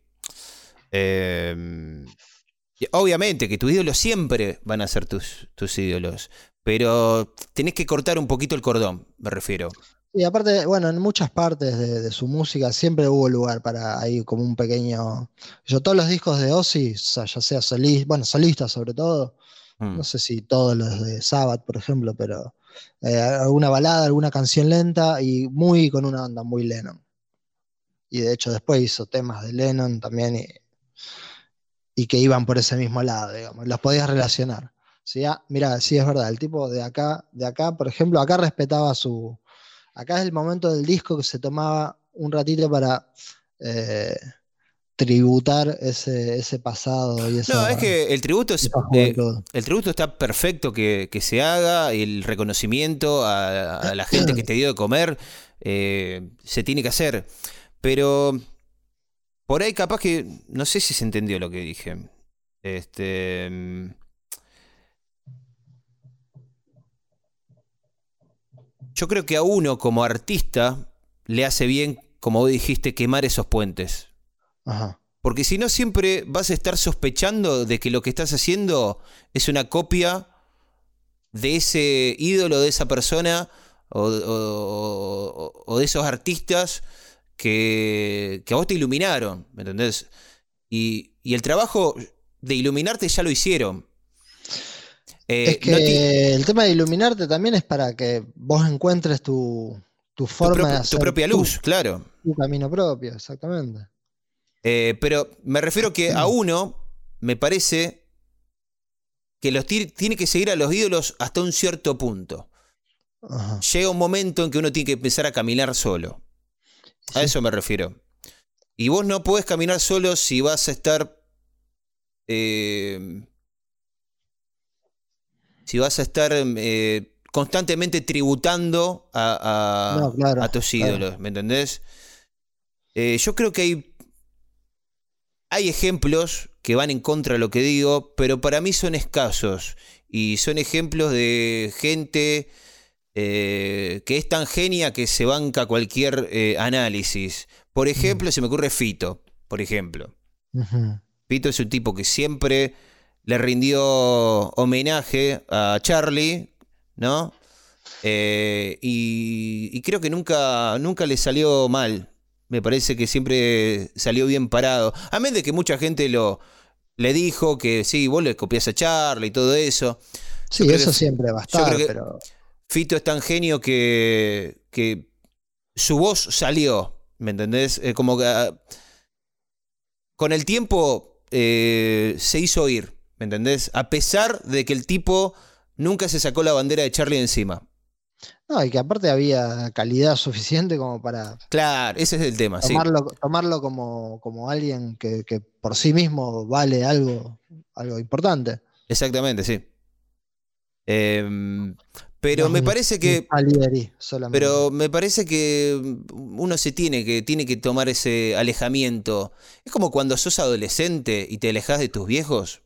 Eh, y obviamente que tus ídolos siempre van a ser tus, tus ídolos, pero tenés que cortar un poquito el cordón, me refiero. Y aparte, bueno, en muchas partes de, de su música siempre hubo lugar para ahí como un pequeño. Yo todos los discos de Ozzy, o sea, ya sea solista, bueno, solista sobre todo, Mm. no sé si todos los de Sabbath, por ejemplo, pero eh, alguna balada, alguna canción lenta y muy con una onda muy Lennon. Y de hecho después hizo temas de Lennon también y, y que iban por ese mismo lado, digamos, los podías relacionar. Sí, ah, mira, sí es verdad, el tipo de acá, de acá, por ejemplo, acá respetaba su. Acá es el momento del disco que se tomaba un ratito para eh, tributar ese, ese pasado y No, esa, es que el tributo es, esa eh, juventud. el tributo está perfecto que, que se haga, el reconocimiento a, a la gente que te dio de comer eh, se tiene que hacer. Pero por ahí capaz que, no sé si se entendió lo que dije. Este, mm, yo creo que a uno como artista le hace bien, como vos dijiste, quemar esos puentes. Ajá. Porque si no, siempre vas a estar sospechando de que lo que estás haciendo es una copia de ese ídolo, de esa persona o, o- o de esos artistas que, que a vos te iluminaron, ¿me entendés? Y, y el trabajo de iluminarte ya lo hicieron. Es Eh, no ti- que el tema de iluminarte también es para que vos encuentres tu, tu tu, forma de propio- tu hacer propia tu, luz, claro. tu camino propio, exactamente. Eh, pero me refiero que a uno me parece que los ti- tiene que seguir a los ídolos hasta un cierto punto. Ajá. Llega un momento en que uno tiene que empezar a caminar solo. A Sí. eso me refiero. Y vos no podés caminar solo si vas a estar. eh, si vas a estar eh, constantemente tributando No, a, a- a claro, tus claro. ídolos, ¿me entendés? Eh, yo creo que hay, hay ejemplos que van en contra de lo que digo, pero para mí son escasos. Y son ejemplos de gente eh, que es tan genia que se banca cualquier eh, análisis. Por Mm. ejemplo, se me ocurre Fito, por ejemplo. Ujú. Fito es un tipo que siempre le rindió homenaje a Charlie, ¿no? Eh, y, y creo que nunca, nunca le salió mal. Me parece que siempre salió bien parado. A menos de que mucha gente lo, le dijo que sí, vos le copiás a Charlie y todo eso. Yo Sí, creo que, eso siempre va a yo creo estar, que pero Fito es tan genio que, que su voz salió, ¿me entendés? Eh, como que ah, con el tiempo eh, se hizo oír, ¿me entendés? A pesar de que el tipo nunca se sacó la bandera de Charlie de encima. no, y que aparte había calidad suficiente como para Claro, ese es el tema, sí. tomarlo, tomarlo como, como alguien que, que por sí mismo vale algo, algo importante. Exactamente, sí. Eh, No pero es me un, parece un que. Salieri solamente. Pero me parece que uno se tiene que, tiene que tomar ese alejamiento. Es como cuando sos adolescente y te alejas de tus viejos.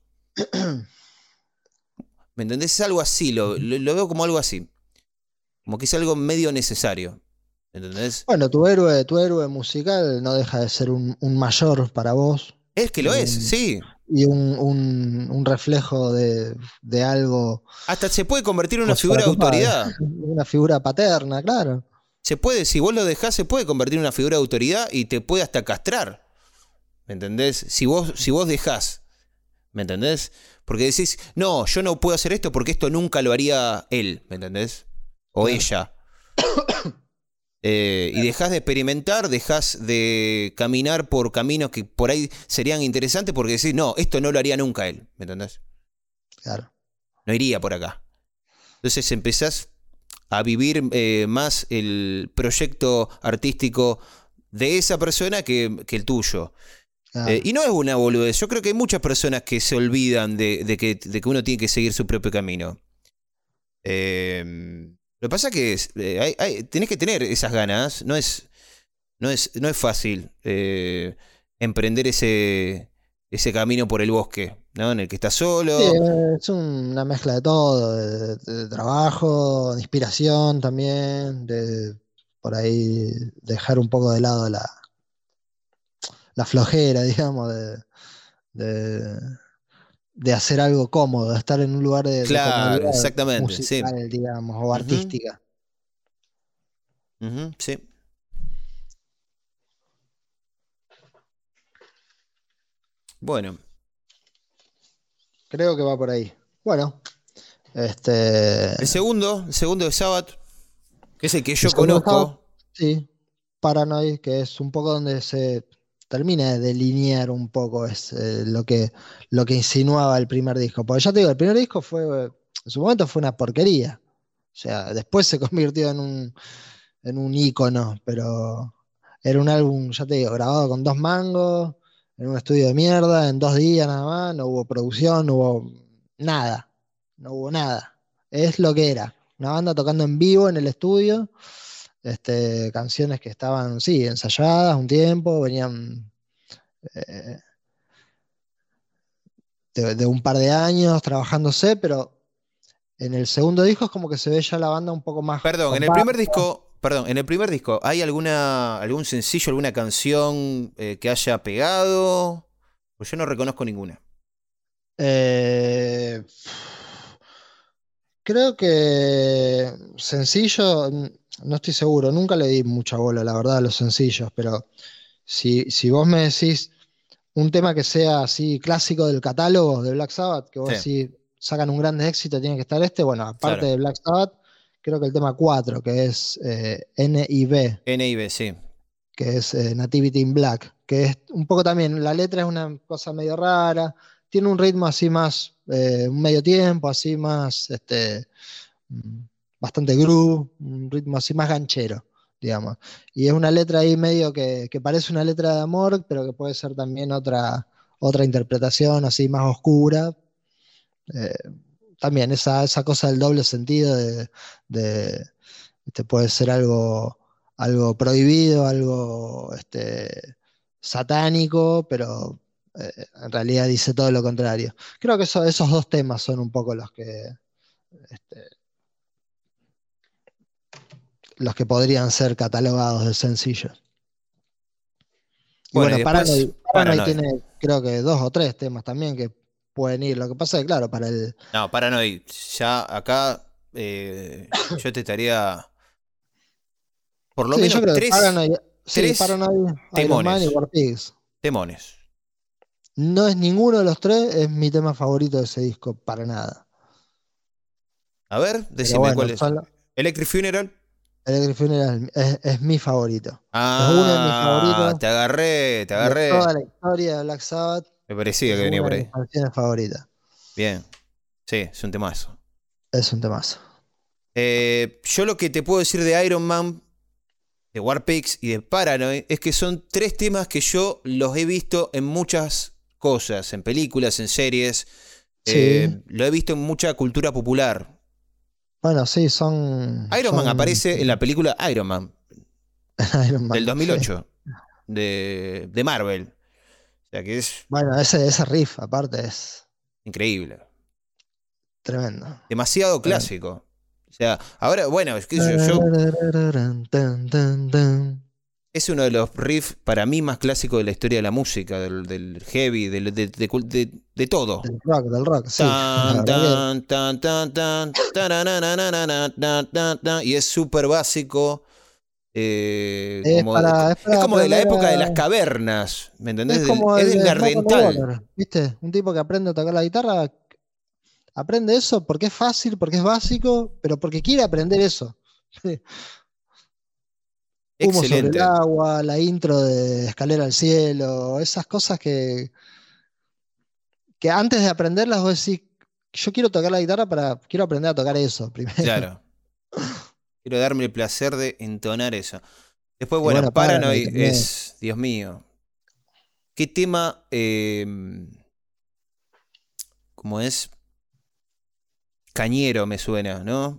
¿Me entendés? Es algo así, lo, lo, lo veo como algo así. Como que es algo medio necesario. ¿Entendés? Bueno, tu héroe, tu héroe musical no deja de ser un, un mayor para vos Es que lo y es, un, sí. y un, un- un reflejo de, de algo Hasta se puede convertir en una por sobre figura de tu padre. autoridad. Una figura paterna, claro. Se puede, si vos lo dejás, se puede convertir en una figura de autoridad y te puede hasta castrar. ¿Me entendés? Si vos, si vos dejás. ¿Me entendés? Porque decís, no, yo no puedo hacer esto porque esto nunca lo haría él. ¿Me entendés? O Claro. ella. Eh, y Claro, dejás de experimentar, dejás de caminar por caminos que por ahí serían interesantes porque decís, no, esto no lo haría nunca él. ¿Me entendés? claro. No iría por acá. Entonces empezás a vivir eh, más el proyecto artístico de esa persona que, que el tuyo. Eh, Claro. y no es una boludez. Yo creo que hay muchas personas que se olvidan de, de que, de que uno tiene que seguir su propio camino. Eh, lo que pasa es que es, eh, hay- hay- tenés que tener esas ganas. No es, no es, no es fácil eh, emprender ese, ese camino por el bosque, ¿no? En el que estás Sí, solo. es una mezcla de todo, de, de trabajo, de inspiración también, de por ahí dejar un poco de lado la, la flojera, digamos, de, de, de hacer algo cómodo, de estar en un lugar de, de Claro, comodidad exactamente, sí. musical, digamos, o Ujú, artística. ujú, sí. Bueno, Creo que va por ahí. Bueno, este, el segundo, el segundo de Sabbath, que es el que el yo segundo estaba, conozco. sí, Paranoid, que es un poco donde se termina de delinear un poco es, eh, lo que, lo que insinuaba el primer disco. Porque ya te digo, el primer disco fue, en su momento fue una porquería. O sea, después se convirtió en un, en un ícono, pero era un álbum, ya te digo, grabado con dos mangos, en un estudio de mierda, en dos días nada más, no hubo producción, no hubo nada, no hubo nada. Es lo que era, una banda tocando en vivo en el estudio, este, canciones que estaban, sí, ensayadas un tiempo, venían eh, de, de un par de años trabajándose, pero en el segundo disco es como que se ve ya la banda un poco más Perdón, en el primer compacta. disco, perdón, en el primer disco, ¿hay alguna algún sencillo, alguna canción eh, que haya pegado? Pues yo no reconozco ninguna. Eh, Creo que sencillo, n- no estoy seguro, nunca le di mucha bola, la verdad, a los sencillos, pero si, si vos me decís un tema que sea así clásico del catálogo de Black Sabbath, que Sí, vos decís sacan un gran éxito, tiene que estar este, bueno, aparte claro. de Black Sabbath, creo que el tema cuatro que es eh, N I B, N I B, sí. que es eh, Nativity in Black, que es un poco también, la letra es una cosa medio rara, tiene un ritmo así más, eh, un medio tiempo, así más, este, mm, bastante groove, un ritmo así más ganchero, digamos. Y es una letra ahí medio que, que parece una letra de amor, pero que puede ser también otra, otra interpretación así más oscura. Eh, También esa, esa cosa del doble sentido de, de, este, puede ser algo, algo prohibido, algo este, satánico, pero eh, en realidad dice todo lo contrario. Creo que eso- esos dos temas son un poco los que, este, los que podrían ser catalogados de sencillos. Y Bueno, y bueno, después, Paranoid, Paranoid Paranoid. tiene creo que dos o tres temas también que pueden ir. Lo que pasa es que, claro, para el... No, Paranoid. Ya acá eh, yo te estaría por lo Sí, menos yo creo que tres, Paranoid, sí, tres Paranoid, Iron Man y temones. War Pigs. Temones. No es ninguno de los tres, es mi tema favorito de ese disco, para nada. A ver, Pero decime bueno, cuál es. son, Electric Funeral. Electric Funeral es, es mi favorito. Es uno de mis Ah, favoritos te agarré, te de agarré. toda la historia de Black Sabbath. Me parecía Es que venía una por de mis ahí. canciones favoritas. Bien, sí, es un temazo. Es un temazo. Eh, yo lo que te puedo decir de Iron Man, de Warpigs y de Paranoid es que son tres temas que yo los he visto en muchas cosas, en películas, en series. Sí, Eh, lo he visto en mucha cultura popular. bueno, sí, son, Iron Man son aparece en la película Iron Man Iron del Man, sí. dos mil ocho de, de Marvel. O sea que es Bueno, ese, ese riff, aparte, es increíble. tremendo. Demasiado Tremendo. clásico. O sea, ahora, bueno, es que yo, yo es uno de los riffs para mí más clásicos de la historia de la música, del, del heavy, del- de, de- de- de todo. Del rock, del rock, sí. La Tan, verdad que tan, tan, tan, tan, taranananana, tan, tan, tan, y es súper básico. eh, es como, para, es es para como de la aprender época de las a. cavernas, ¿me Es entendés? Del- como es el del de Smoke on the Neandertal. Water, ¿viste? Un tipo que aprende a tocar la guitarra, aprende eso porque es fácil, porque es básico, pero porque quiere aprender eso. Humo sobre el Excelente. agua, la intro de Escalera al Cielo, esas cosas que, que antes de aprenderlas vos decís, yo quiero tocar la guitarra para, quiero aprender a tocar eso primero. Claro. Quiero darme el placer de entonar eso. Después, Y bueno, bueno, Paranoid Paranoid también. es, Dios mío, ¿qué tema, eh, cómo es? Cañero me suena, ¿no?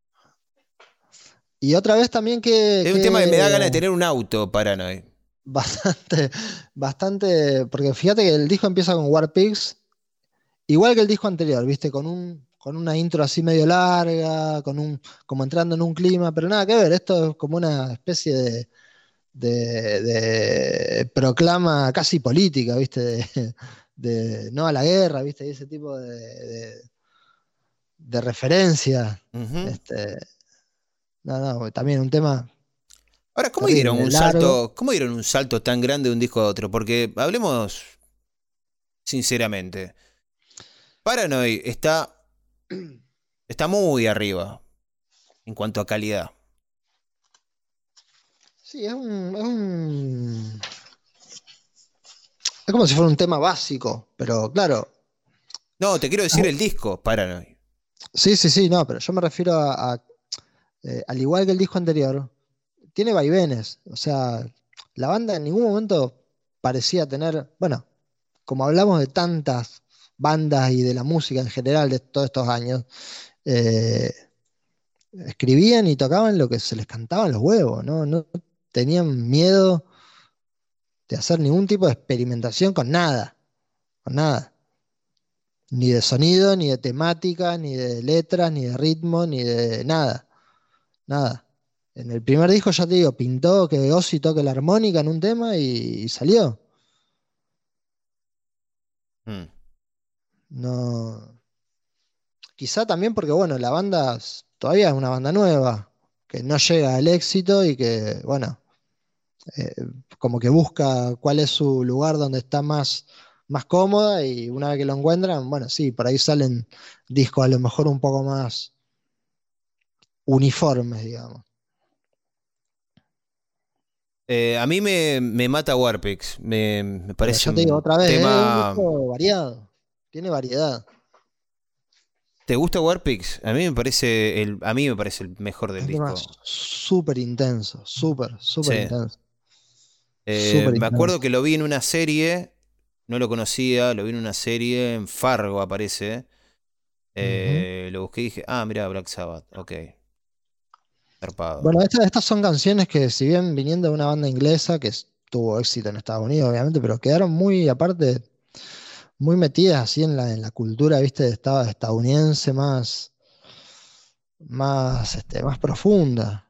Y otra vez también que, Es un tema que que me da ganas de tener un auto, Paranoid. bastante, bastante, porque fíjate que el disco empieza con War Pigs, igual que el disco anterior, ¿viste? Con un, con una intro así medio larga, con un, como entrando en un clima, pero nada que ver, esto es como una especie de, de, de proclama casi política, ¿viste? De, de no a la guerra, ¿viste? Y ese tipo de, de, de referencia. Ujú. Este, no, no, también un tema Ahora, ¿cómo dieron terrible, un largo. salto, cómo dieron un salto tan grande de un disco a otro? Porque hablemos sinceramente. Paranoid está, está muy arriba en cuanto a calidad. Sí, es un, es un- es como si fuera un tema básico, pero claro, No, te quiero decir el disco, Paranoid. sí, sí, sí, no, pero yo me refiero a, a, eh, al igual que el disco anterior, tiene vaivenes, o sea, la banda en ningún momento parecía tener, bueno, como hablamos de tantas bandas y de la música en general de todos estos años, eh, escribían y tocaban lo que se les cantaban los huevos, ¿no? No tenían miedo de hacer ningún tipo de experimentación con nada, con nada. Ni de sonido, ni de temática, ni de letras, ni de ritmo, ni de nada, nada. En el primer disco, ya te digo, pintó que Ozzy toque la armónica en un tema y, y salió. Mm. No, quizá también porque, bueno, la banda s- todavía es una banda nueva, que no llega al éxito y que, bueno, eh, como que busca cuál es su lugar donde está más, más cómoda y una vez que lo encuentran, bueno, sí, por ahí salen discos a lo mejor un poco más uniformes, digamos. Eh, a mí me, me mata Warpix. Me, me Pero parece ya te digo un otra vez, es un tema. disco variado, tiene variedad. ¿Te gusta Warpix? A mí me parece el, a mí me parece el mejor del Es tema disco. súper intenso, súper, súper Sí. intenso, Eh, súper me acuerdo intenso. que lo vi en una serie, no lo conocía, lo vi en una serie, en Fargo aparece. Ujú. Eh, lo busqué y dije, ah, mira, Black Sabbath, ok, zarpado. Bueno, estas, estas son canciones que si bien viniendo de una banda inglesa que s- tuvo éxito en Estados Unidos, obviamente, pero quedaron muy, aparte, muy metidas así en la, en la cultura, viste, de esta- estadounidense más, más, este, más profunda.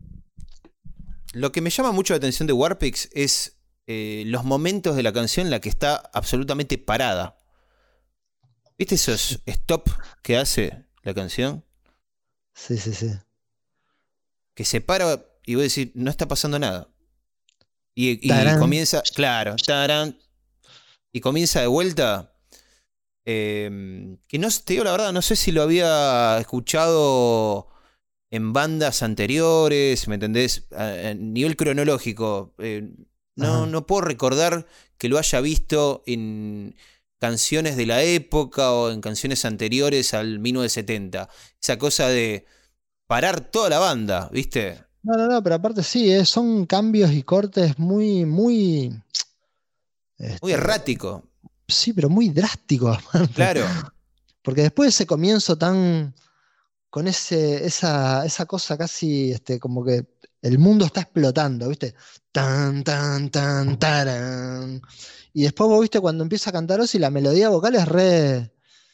Lo que me llama mucho la atención de Warpix es eh, los momentos de la canción en la que está absolutamente parada. ¿Viste Sí, esos stop que hace la canción? sí, sí, sí. Que se para y vos decís, no está pasando nada. Y, y Tarán. comienza, claro, tarán, y comienza de vuelta. eh, que no te digo la verdad, no sé si lo había escuchado en bandas anteriores, ¿me entendés? A, a nivel cronológico. eh, no, Ajá. no puedo recordar que lo haya visto en canciones de la época o en canciones anteriores al mil novecientos setenta. Esa cosa de parar toda la banda, ¿viste? No, no, no, pero aparte sí, eh, son cambios y cortes muy, muy, Muy este, errático. sí, pero muy drásticos aparte. Claro. Porque después de ese comienzo tan, con ese, esa, esa cosa casi, este, como que el mundo está explotando, ¿viste? Tan, tan, tan, taran. Y después vos viste cuando empieza a cantar Ozzy, la melodía vocal es re,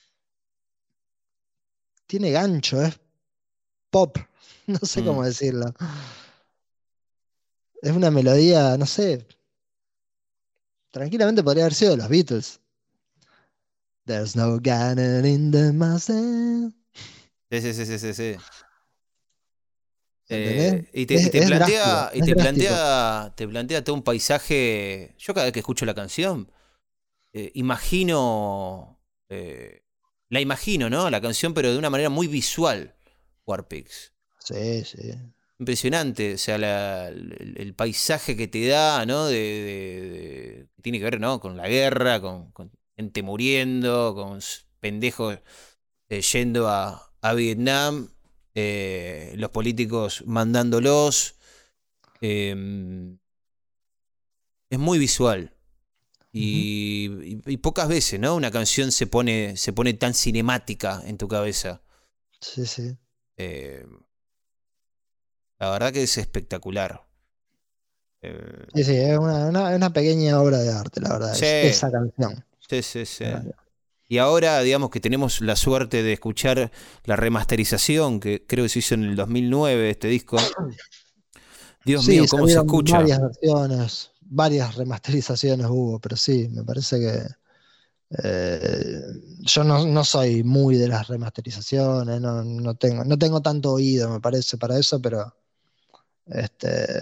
tiene gancho, es pop, no sé Mm. cómo decirlo. Es una melodía, no sé, tranquilamente podría haber sido de los Beatles. There's no gun in the mountain. Sí, sí, sí, sí, sí, sí. ¿Entendés? Eh, y te, y Es, te es drástico, plantea, y es te drástico. plantea, te plantea todo un paisaje. Yo cada vez que escucho la canción, eh, imagino, eh, la imagino, ¿no? La canción, pero de una manera muy visual, Warpix. Sí, sí. Impresionante, o sea, la- el, el paisaje que te da, ¿no? De, de- de- que tiene que ver, ¿no? Con la guerra, con, con gente muriendo, con s- pendejos eh, yendo a, a Vietnam, eh, los políticos mandándolos. eh, es muy visual. Ujú. Y, y- y pocas veces, ¿no? Una canción se pone, se pone tan cinemática en tu cabeza. Sí, sí. Eh, la verdad que es espectacular. Eh, Sí, sí, es una, una- una pequeña obra de arte, la verdad, es sí, esa canción. sí, sí, sí. Y ahora, digamos que tenemos la suerte de escuchar la remasterización, que creo que se hizo en el dos mil nueve, este disco. Dios Sí, mío, cómo se salieron escucha. varias versiones, varias remasterizaciones hubo, pero sí, me parece que eh, yo no, no soy muy de las remasterizaciones, no, no tengo, no tengo tanto oído, me parece, para eso, pero este,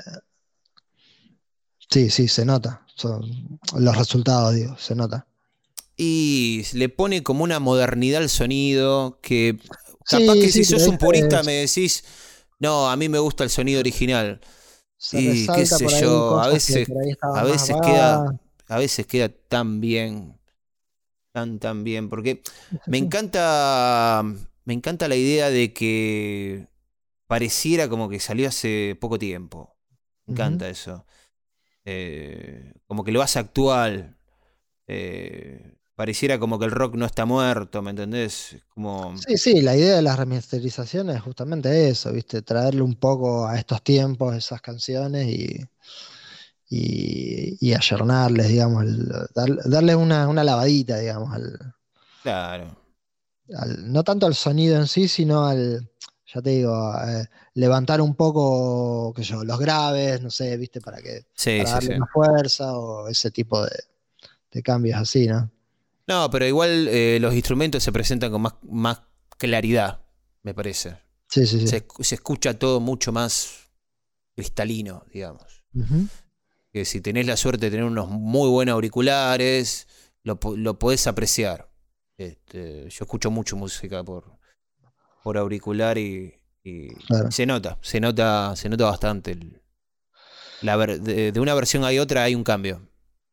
sí, sí, se nota. Son los resultados, digo, se nota. Y le pone como una modernidad al sonido que capaz Sí, que si sí, pero sos un viste, purista me decís, no, a mí me gusta el sonido original. se Y qué resalta sé por ahí yo, a cosas que veces, por ahí a estaban más veces queda, apagadas. a veces queda tan bien, tan, tan bien, porque Sí, me sí. encanta, me encanta la idea de que pareciera como que salió hace poco tiempo. Me Ujú. encanta eso. Eh, como que lo hace actual. Eh, pareciera como que el rock no está muerto, ¿me entendés? Como, Sí, sí, la idea de las remasterizaciones es justamente eso, ¿viste? Traerle un poco a estos tiempos esas canciones y, y, y ayornarles, digamos, el- dar- darle una, una lavadita, digamos, al, claro. al- no tanto al sonido en sí, sino al, ya te digo, eh, levantar un poco, qué sé yo, los graves, no sé, viste, para que, Sí, para sí, darle sí. más fuerza o ese tipo de, de cambios así, ¿no? No, pero igual eh, los instrumentos se presentan con más, más claridad, me parece. Sí, sí, sí. Se, esc- se escucha todo mucho más cristalino, digamos. Ujú. Que si tenés la suerte de tener unos muy buenos auriculares, lo, po- lo podés apreciar. Este, yo escucho mucho música por, por auricular y, y Claro, se nota, se nota, se nota bastante. el- la ver- de, de una versión a otra hay un cambio.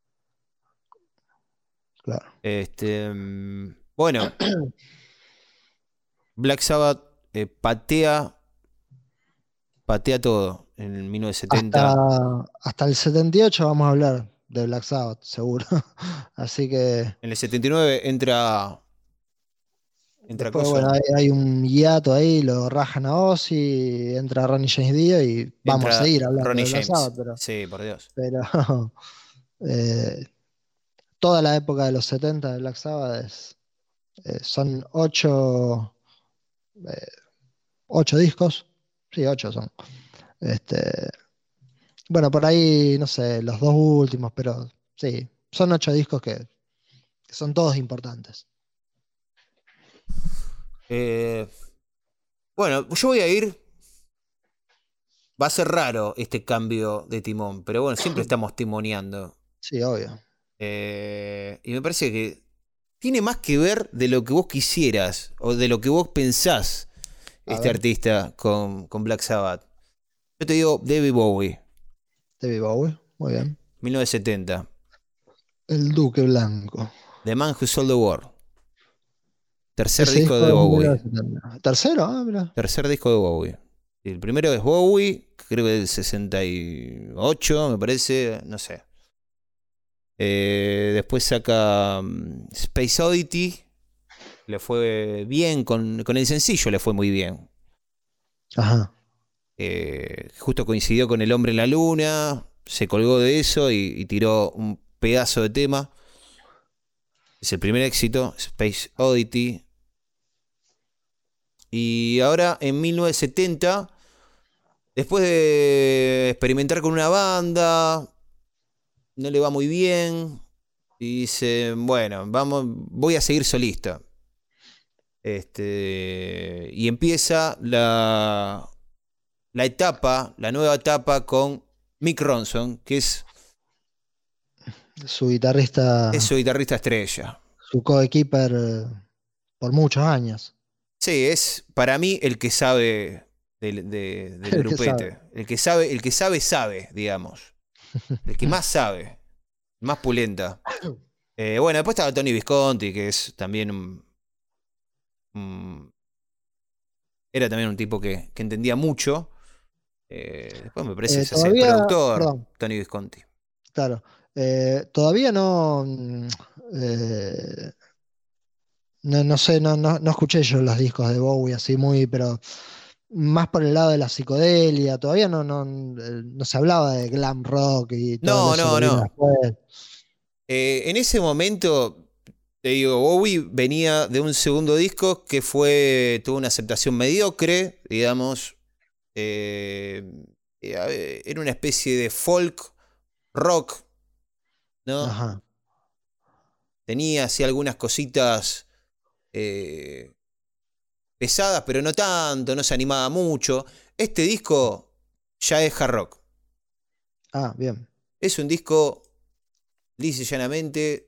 claro. Este, mm, bueno, Black Sabbath eh, patea, patea todo en mil novecientos setenta. Hasta, hasta el setenta y ocho vamos a hablar de Black Sabbath, seguro. Así que En el setenta y nueve entra, entra después, bueno, Coso, hay, hay un hiato ahí, lo rajan a Ozzy, entra Ronnie James Dio y vamos a entra seguir hablando Ronnie de Black James. Sabbath, pero, Sí, por Dios. pero eh, toda la época de los setenta de Black Sabbath es, eh, son ocho, eh, ocho discos. Sí, ocho son. Este, bueno, por ahí, no sé, los dos últimos, pero sí, son ocho discos que, que son todos importantes. Eh, bueno, yo voy a ir. Va a ser raro este cambio de timón, pero bueno, siempre estamos timoneando. Sí, obvio. Eh, y me parece que tiene más que ver de lo que vos quisieras o de lo que vos pensás A este ver, artista con, con Black Sabbath. Yo te digo David Bowie, David Bowie, muy bien. mil novecientos setenta. El Duque Blanco. The Man Who Sold the World. Tercer Ese disco disco de es Bowie. mil novecientos setenta. ¿Tercero? Ah, mira. Tercer disco de Bowie. El primero es Bowie, creo que del sesenta y ocho, me parece, no sé. Eh, después saca mm, Space Oddity. Le fue bien, con, con el sencillo le fue muy bien. Ajá. Eh, justo coincidió con El Hombre en la Luna, se colgó de eso y, y tiró un pedazo de tema. Es el primer éxito, Space Oddity. Y ahora en mil novecientos setenta, después de experimentar con una banda, no le va muy bien. Y dice, bueno, vamos, voy a seguir solista. Este, y empieza la, la etapa, la nueva etapa con Mick Ronson, que es, Su es guitarrista, su guitarrista estrella. su coequiper eh, por muchos años. Sí, es para mí el que sabe del, de- del El que sabe. grupete. El que sabe, el que sabe, sabe, digamos. El que más sabe, más pulenta. Eh, bueno, después estaba Tony Visconti, que es también un, un- era también un tipo que, que entendía mucho. Eh, después me parece que Eh, se hace todavía, productor, perdón, Tony Visconti. claro. Eh, todavía no, mm, eh, no, no sé, no, no, no escuché yo los discos de Bowie así muy, pero más por el lado de la psicodelia. Todavía no, no, eh, no se hablaba de glam rock y todo No, eso que no, vino no. después. Eh, en ese momento, te digo, Bowie venía de un segundo disco que fue, tuvo una aceptación mediocre, digamos. Eh, eh, era una especie de folk rock, ¿no? Ajá. Tenía así algunas cositas eh, pesadas, pero no tanto, no se animaba mucho. Este disco ya es hard rock. Ah, bien. Es un disco, lisa y llanamente.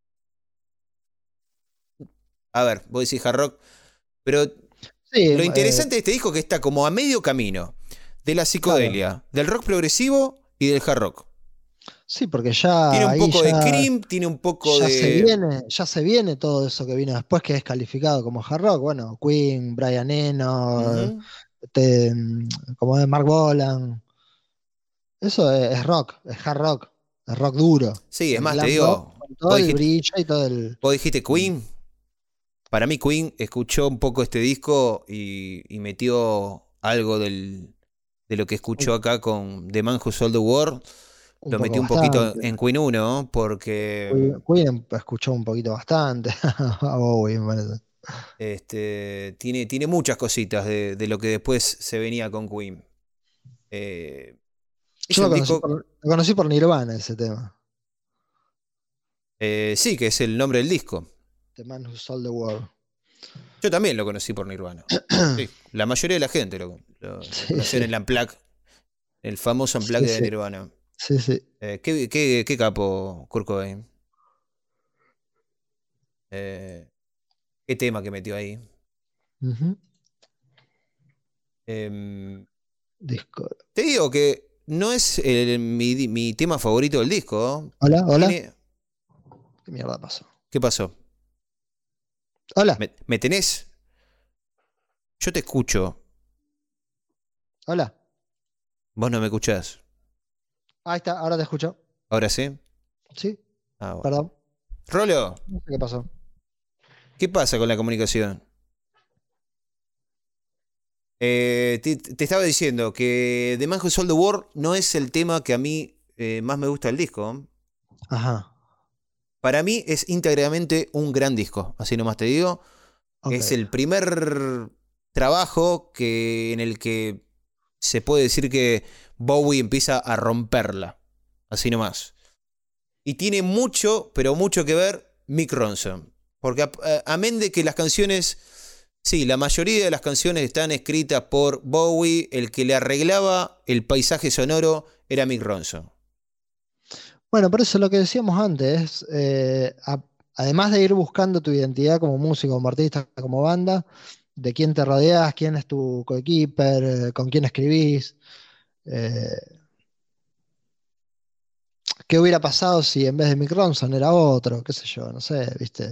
A ver, vos decís hard rock, pero Sí, lo eh, interesante de este disco es que está como a medio camino de la claro. psicodelia, del rock progresivo y del hard rock. Sí, porque Tiene ya un ahí poco de ya, Cream, tiene un poco ya se de. viene, ya se viene todo eso que vino después que es calificado como hard rock. Bueno, Queen, Brian Eno, Ujú. este, como es Mark Bolan. Eso es, es rock, es hard rock, es rock duro. Sí, es El más, te glam rock digo, con vos todo el dijiste, brillo y todo el. vos dijiste Queen. Para mí Queen escuchó un poco este disco y, y metió algo del, de lo que Un, escuchó acá con The Man Who Sold the World. un Lo poco metió un poquito bastante. en Queen uno, porque Queen, Queen escuchó un poquito bastante a Bowie, me parece. Este, tiene, tiene muchas cositas de, de lo que después se venía con Queen. Eh, Yo hizo lo un conocí disco, por, lo conocí por Nirvana ese tema. eh, sí, que es el nombre del disco. The Man Who Sold the World. Yo también lo conocí por Nirvana. Sí, la mayoría de la gente lo, lo, lo Sí, conoció en sí. el Unplugged, el famoso Sí, Unplugged de sí. Nirvana. Sí, sí. Eh, ¿qué, qué, qué capo, Kurt Cobain? Eh, ¿Qué tema que metió ahí? Ujú. Em, Disco. Te digo que no es el- mi, mi tema favorito del disco. ¿No? Hola, hola. Tiene, ¿Qué mierda pasó? ¿qué pasó? Hola, ¿Me, me tenés? Yo te escucho. hola. Vos no me escuchás. Ahí está, ahora te escucho. ¿Ahora sí? Sí, Ah, bueno. perdón. Rolo, No sé qué pasó. ¿qué pasa con la comunicación? Eh, te, te estaba diciendo que The Man Who Sold the World no es el tema que a mí eh, más me gusta del disco. Ajá. Para mí es íntegramente un gran disco, así nomás te digo. Ok. Es el primer trabajo que, en el que se puede decir que Bowie empieza a romperla, así nomás. Y tiene mucho, pero mucho que ver Mick Ronson. Porque a- a- amén de que las canciones, sí, la mayoría de las canciones están escritas por Bowie, el que le arreglaba el paisaje sonoro era Mick Ronson. Bueno, por eso lo que decíamos antes, eh, a- además de ir buscando tu identidad como músico, como artista, como banda, de quién te rodeas, quién es tu coequiper, eh, con quién escribís, eh, qué hubiera pasado si en vez de Mick Ronson era otro, qué sé yo, no sé, viste.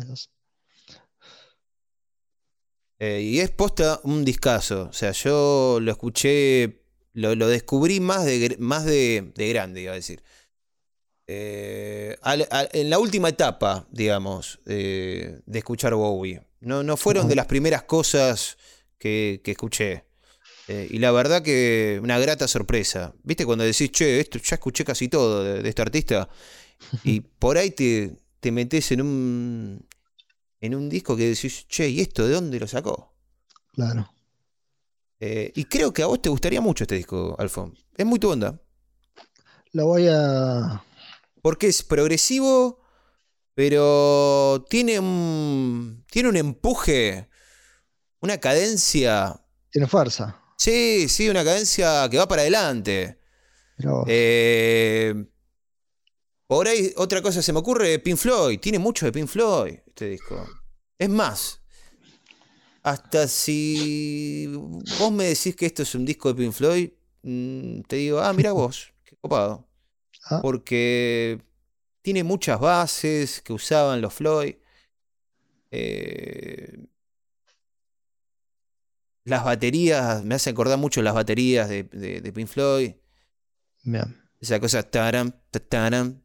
Eh, y es posta un discazo. O sea, yo lo escuché, lo, lo descubrí más de, gr- más de, de grande, iba a decir. Eh, al- al- en la última etapa, digamos, eh, de escuchar Bowie. No, no fueron de Ajá, las primeras cosas que, que escuché. Eh, y la verdad que una grata sorpresa. ¿Viste cuando decís, che, esto ya escuché casi todo de, de este artista? Y por ahí te, te metés en un, en un disco que decís, che, ¿y esto de dónde lo sacó? claro. Eh, y creo que a vos te gustaría mucho este disco, Alfon. Es muy tu onda. Lo voy a... Porque es progresivo, pero tiene un, tiene un empuje, una cadencia. Tiene fuerza. Sí, sí, una cadencia que va para adelante. Mirá vos. Eh, por ahí otra cosa se me ocurre, Pink Floyd. Tiene mucho de Pink Floyd este disco. Es más, hasta si vos me decís que esto es un disco de Pink Floyd, mm, te digo, ah, mira vos, qué copado. Ah, Porque tiene muchas bases que usaban los Floyd. Eh, las baterías, me hace acordar mucho las baterías de, de, de Pink Floyd. bien. Esa cosa, taran, taran,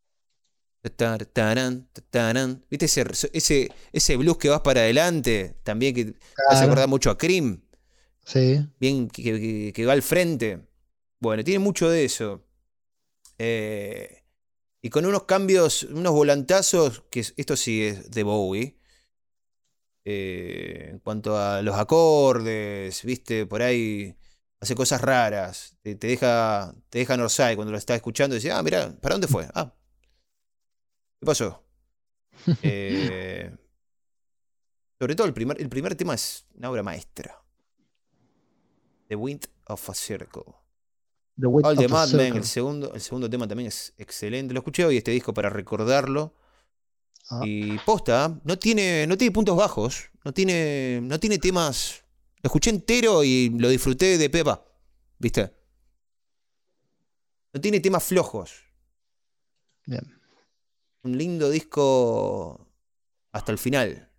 taran, taran. ¿Viste ese, ese, ese blues que vas para adelante? También que me hace acordar Claro, mucho a Cream. sí. Bien que, que- que va al frente. Bueno, tiene mucho de eso. Eh, y con unos cambios, unos volantazos, que es- esto sí es de Bowie. Eh, en cuanto a los acordes, viste, por ahí hace cosas raras. Te, te deja, te deja en offside cuando lo estás escuchando y dices, ah, mira, ¿para dónde fue? Ah, ¿qué pasó? Eh, Sobre todo el primer, el primer tema es una obra maestra. The Wind of a Circle. The Weight All the of a Madmen, el Circle. segundo, el segundo tema también es excelente. Lo escuché hoy este disco para recordarlo. Ah, Y posta, ¿eh? no tiene, no tiene puntos bajos. No tiene, no tiene temas. Lo escuché entero y lo disfruté de pepa. ¿Viste? No tiene temas flojos. bien. Un lindo disco hasta el final.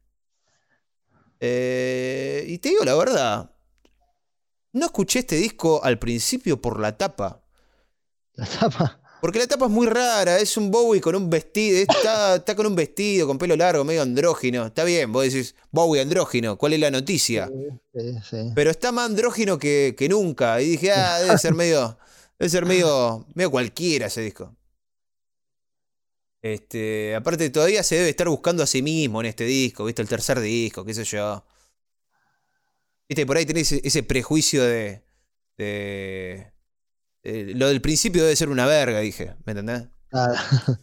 Eh, y te digo la verdad, no escuché este disco al principio por la tapa. La tapa. Porque la tapa es muy rara, es un Bowie con un vestido, está, está con un vestido, con pelo largo, medio andrógino. Está bien, vos decís, Bowie andrógino, ¿cuál es la Sí, noticia? sí, sí. Pero está más andrógino que, que nunca. Y dije, ah, debe ser medio, debe ser medio, medio cualquiera ese disco. Este, aparte, todavía se debe estar buscando a sí mismo en este disco, ¿viste? El tercer disco, qué sé yo. Viste, por ahí tenés ese, ese prejuicio de, de, de- Lo del principio debe ser una verga, dije. ¿Me entendés? Claro,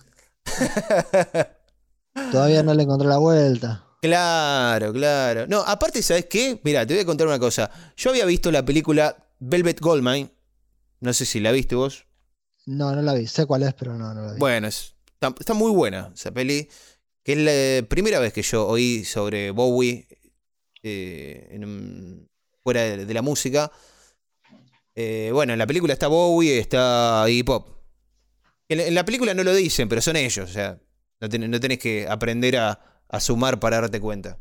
todavía no le encontré la vuelta. Claro, claro. No, aparte, ¿sabes qué? Mira, te voy a contar una cosa. Yo había visto la película Velvet Goldmine. No sé si la viste vos. No, no la vi. Sé cuál es, pero no, no la vi. Bueno, es- está, está muy buena esa peli. Que es la primera vez que yo oí sobre Bowie eh, en un- fuera de, de la música. Eh, bueno, en la película está Bowie, está Iggy Pop. En, la en la película no lo dicen, pero son ellos. O sea, no, ten- no tenés que aprender a, a sumar para darte cuenta.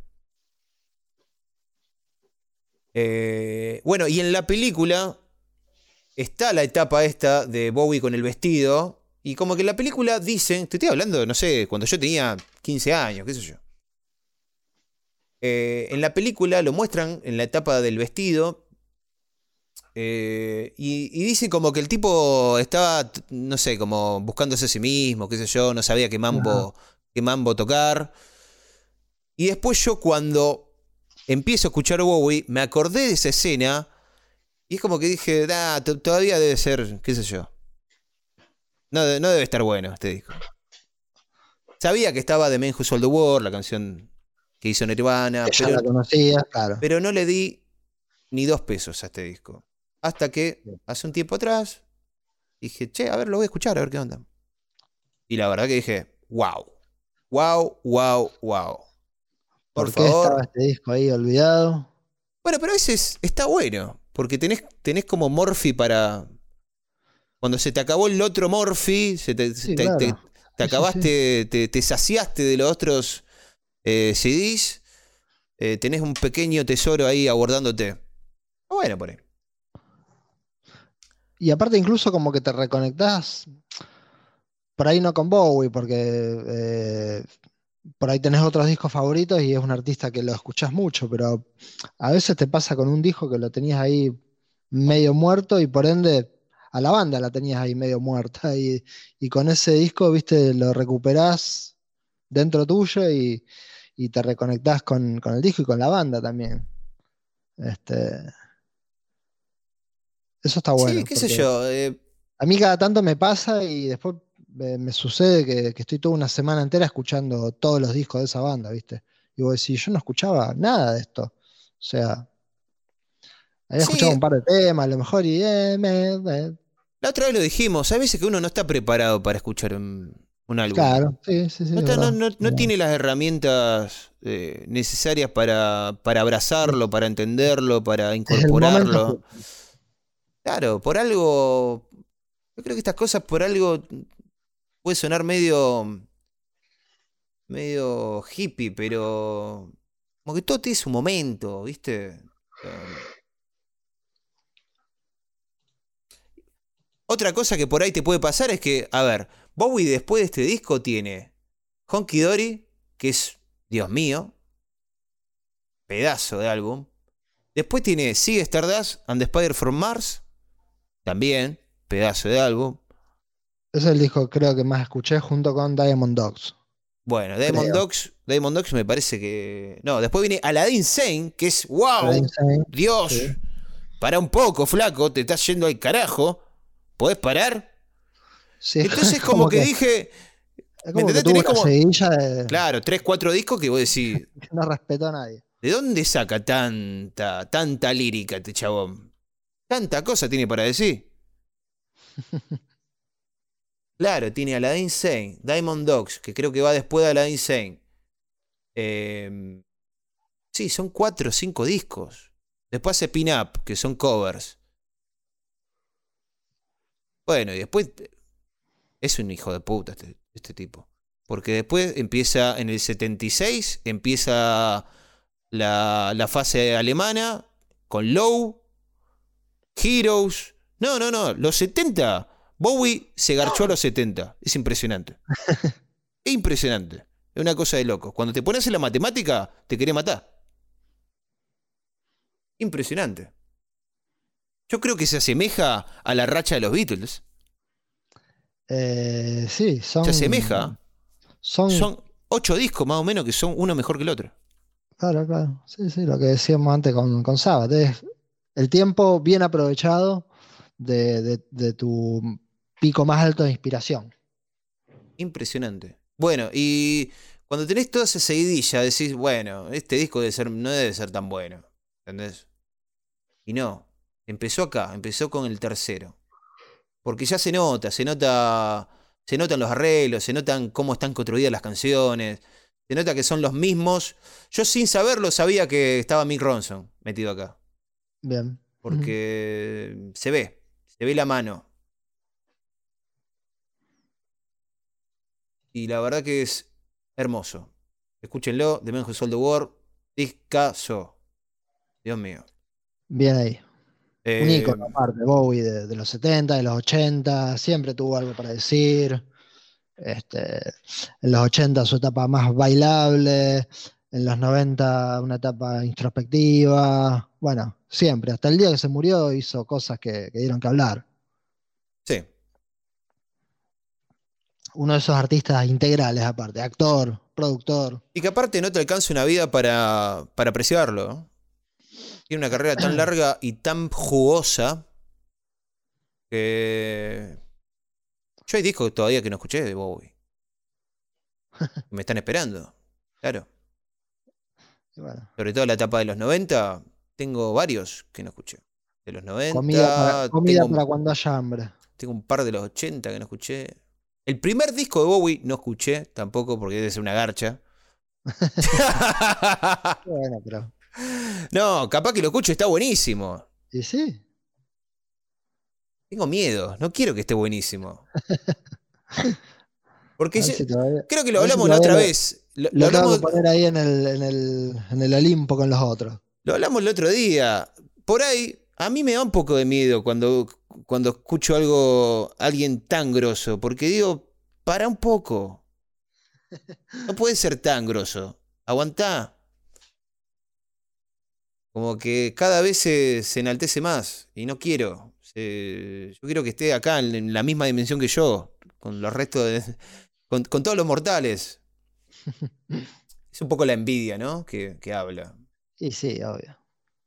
Eh, bueno, y en la película está la etapa esta de Bowie con el vestido. Y como que en la película dicen, te estoy hablando, no sé, cuando yo tenía quince años, qué sé yo. Eh, en la película lo muestran en la etapa del vestido. Eh, y, y dice como que el tipo estaba, t- no sé, como buscándose a sí mismo, qué sé yo, no sabía qué Ajá. mambo, qué mambo tocar. Y después yo cuando empiezo a escuchar Bowie, me acordé de esa escena y es como que dije, "Ah, t- todavía debe ser, qué sé yo. No, de- no debe estar bueno este disco. Sabía que estaba The Man Who Sold the World, la canción que hizo Nirvana, Que ya pero, la conocía, claro. pero no le di ni dos pesos a este disco. Hasta que hace un tiempo atrás dije, che, a ver, lo voy a escuchar, a ver qué onda. Y la verdad que dije, wow, wow, wow, wow. Por ¿Por qué estaba favor. este disco ahí olvidado? Bueno, pero a veces está bueno, porque tenés, tenés como Morphy para... Cuando se te acabó el otro Morphy, se te, Sí, te, claro. te- te Sí, sí, sí. acabaste, te, te saciaste de los otros eh, C Ds, eh, tenés un pequeño tesoro ahí aguardándote. Bueno, por ahí. Y aparte incluso como que te reconectás, por ahí no con Bowie, porque eh, por ahí tenés otros discos favoritos y es un artista que lo escuchás mucho, pero a veces te pasa con un disco que lo tenías ahí medio muerto y por ende a la banda la tenías ahí medio muerta y, y con ese disco, viste, lo recuperás dentro tuyo y, y te reconectás con, con el disco y con la banda también. Este, eso está Sí, bueno, qué sé porque yo. eh, a mí cada tanto me pasa y después me, me sucede que, que estoy toda una semana entera escuchando todos los discos de esa banda, ¿viste? Y vos decís, yo no escuchaba nada de esto. O sea, había escuchado sí, un par de temas, a lo mejor, y eh, me- me- la otra vez lo dijimos. Hay veces que uno no está preparado para escuchar un, un álbum. claro, sí, sí, sí, No, es está- no, verdad. no- no tiene las herramientas eh, necesarias para, para abrazarlo, Es, para entenderlo, para es el momento incorporarlo. justo. Claro, por algo. Yo creo que estas cosas por algo puede sonar medio. medio hippie, pero. Como que todo tiene su momento, ¿viste? Um, Otra cosa que por ahí te puede pasar es que, a ver, Bowie después de este disco tiene Honky Dory, que es, Dios mío, pedazo de álbum. Después tiene Sigue Stardust and the Spider from Mars, también, pedazo de álbum. Ese es el disco creo que más escuché junto con Diamond Dogs, Bueno, Diamond creo. Dogs, Diamond Dogs me parece que... No, después viene Aladdin Sane, que es Alain wow, Sane, sí. Dios, para un poco, flaco, te estás yendo al carajo, ¿podés parar? Sí, Entonces es como como que que, dije, es ¿me como que entendés? tuvo Tenés una como, seguidilla de, claro, tres, cuatro discos que vos decís, que no respetó a nadie. ¿de dónde saca tanta, tanta lírica este chabón? Tanta cosa tiene para decir. Claro, tiene Aladdin Sane, Diamond Dogs, que creo que va después de Aladdin Sane. Eh, sí, son cuatro o cinco discos. Después hace Pin Up, que son covers. Bueno, y después es un hijo de puta este, este tipo. Porque después empieza, en el setenta y seis, empieza la, la fase alemana con Low, Heroes. No, no, no, los setenta. Bowie se garchó a los setenta. Es impresionante. Es impresionante. Es una cosa de locos. Cuando te pones en la matemática, te querés matar. Impresionante. Yo creo que se asemeja a la racha de los Beatles. Eh, sí, Se son, asemeja. Son, Son ocho discos más o menos que son uno mejor que el otro. claro, claro. Sí, sí, lo que decíamos antes con, con Sabbath. Es el tiempo bien aprovechado de, de- de tu pico más alto de inspiración. Impresionante. Bueno, y cuando tenés toda esa seguidilla, decís, bueno, este disco debe ser, no debe ser tan bueno. ¿Entendés? Y no. Empezó acá, empezó con el tercero. Porque ya se nota, se nota, se notan los arreglos, se notan cómo están construidas las canciones, se nota que son los mismos. Yo sin saberlo sabía que estaba Mick Ronson metido acá, Bien. Ujú. porque se ve, se ve la mano. Y la verdad que es hermoso. Escúchenlo, The Man Who Sold the World, discazo. Dios mío. Bien ahí. Un Eh, ícono aparte, Bowie de, de los setenta, de los ochenta, siempre tuvo algo para decir. Este, en los ochenta su etapa más bailable, en los noventa una etapa introspectiva. Bueno, siempre, hasta el día que se murió hizo cosas que, que dieron que hablar. sí. Uno de esos artistas integrales aparte, actor, productor. Y que aparte no te alcanza una vida para, para apreciarlo, ¿no? Tiene una carrera tan larga y tan jugosa que yo hay discos todavía que no escuché de Bowie. Me están esperando. Claro. Y bueno, Sobre todo la etapa de los noventa. Tengo varios que no escuché. De los comida para, noventa. comida para Tengo, cuando haya hambre. tengo un par de los ochenta que no escuché. El primer disco de Bowie no escuché tampoco porque debe ser una garcha. Bueno, pero. No, capaz que lo escucho, está buenísimo. Y sí. Tengo miedo, no quiero que esté buenísimo. A Porque ver ya- si todavía, creo que lo a ver si hablamos la todavía otra lo, vez. Lo, lo lo tengo que hablamos, poner ahí en el, en el, en el Olimpo con los otros. lo hablamos el otro día. Por ahí, a mí me da un poco de miedo cuando, cuando escucho algo, alguien tan grosso. Porque digo, para un poco. No puede ser tan grosso. Aguantá. Como que cada vez se, se enaltece más. Y no quiero. Se- yo quiero que esté acá en, en la misma dimensión que yo. Con los restos de. Con, con todos los mortales. Es un poco la envidia, ¿no? Que, que habla. Y sí, obvio.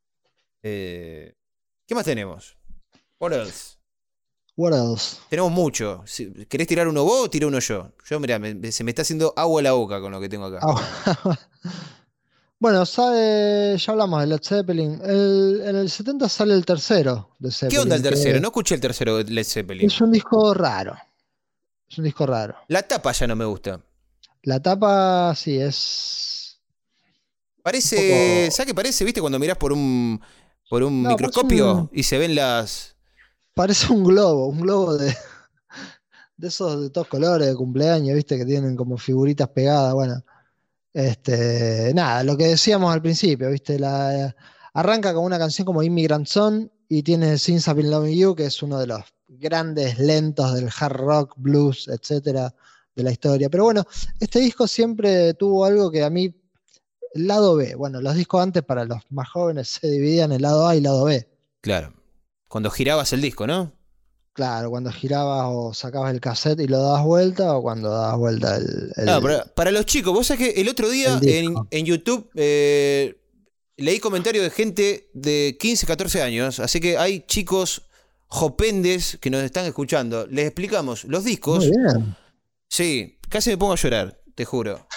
Eh, ¿Qué más tenemos? What else? What else? Tenemos mucho. Si- ¿Querés tirar uno vos o tiro uno yo? Yo, mirá, me- me- se me está haciendo agua a la boca con lo que tengo acá. Ah, bueno, sabe, ya hablamos de Led Zeppelin. El- en el setenta sale el tercero de ¿Qué onda el Zeppelin, que tercero? No escuché el tercero de Led es Zeppelin. un disco raro. Es un disco raro. La tapa ya no me gusta. La tapa, sí, es un Parece. poco. ¿Sabes qué parece? ¿Viste cuando mirás por un, por un No, parece un, microscopio y se ven las. parece un globo, un globo de, de esos de todos colores de cumpleaños, ¿viste? Que tienen como figuritas pegadas. Bueno, este, nada, lo que decíamos al principio, ¿viste? La, arranca con una canción como Immigrant Song y tiene Since I've Been Loving You, que es uno de los grandes lentos del hard rock, blues, etcétera, de la historia. Pero bueno, este disco siempre tuvo algo que a mí, el lado B, bueno, los discos antes para los más jóvenes se dividían en lado A y lado B. Claro. Cuando girabas el disco, ¿no? Claro, cuando girabas o sacabas el cassette y lo dabas vuelta, o cuando dabas vuelta el, Claro, el, para, para los chicos, vos sabés que el otro el día en, disco. en YouTube eh, leí comentarios de gente de quince, catorce años, así que hay chicos jopendes que nos están escuchando. Les explicamos, los Muy discos, bien. sí, casi me pongo a llorar, te juro.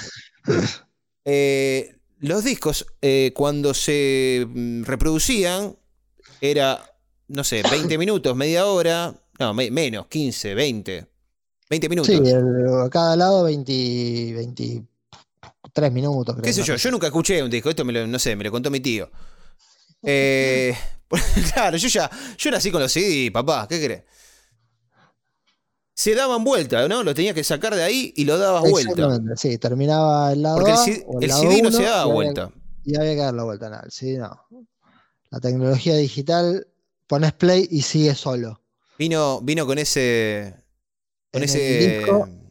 Eh, los discos, eh, cuando se mm, reproducían, era, no sé, veinte minutos, media hora, no, me- menos, quince, veinte, veinte Sí, minutos. el- a cada lado veinte, veintitrés minutos, ¿Qué creo, sé una yo? cosa Yo así. nunca escuché un disco, esto me lo, no sé, me lo contó mi tío. Eh, claro, yo ya, yo nací con los C D, papá, ¿qué crees? Se daban vuelta, ¿no? Lo tenías que sacar de ahí y lo dabas vuelta. Exactamente, sí, terminaba el lado Porque el A C D, o el el lado C D no se uno daba y había, vuelta. y había que dar la vuelta, nada, sí, no. La tecnología digital, pones play y sigue solo. Vino, vino con ese. Con En el ese. disco,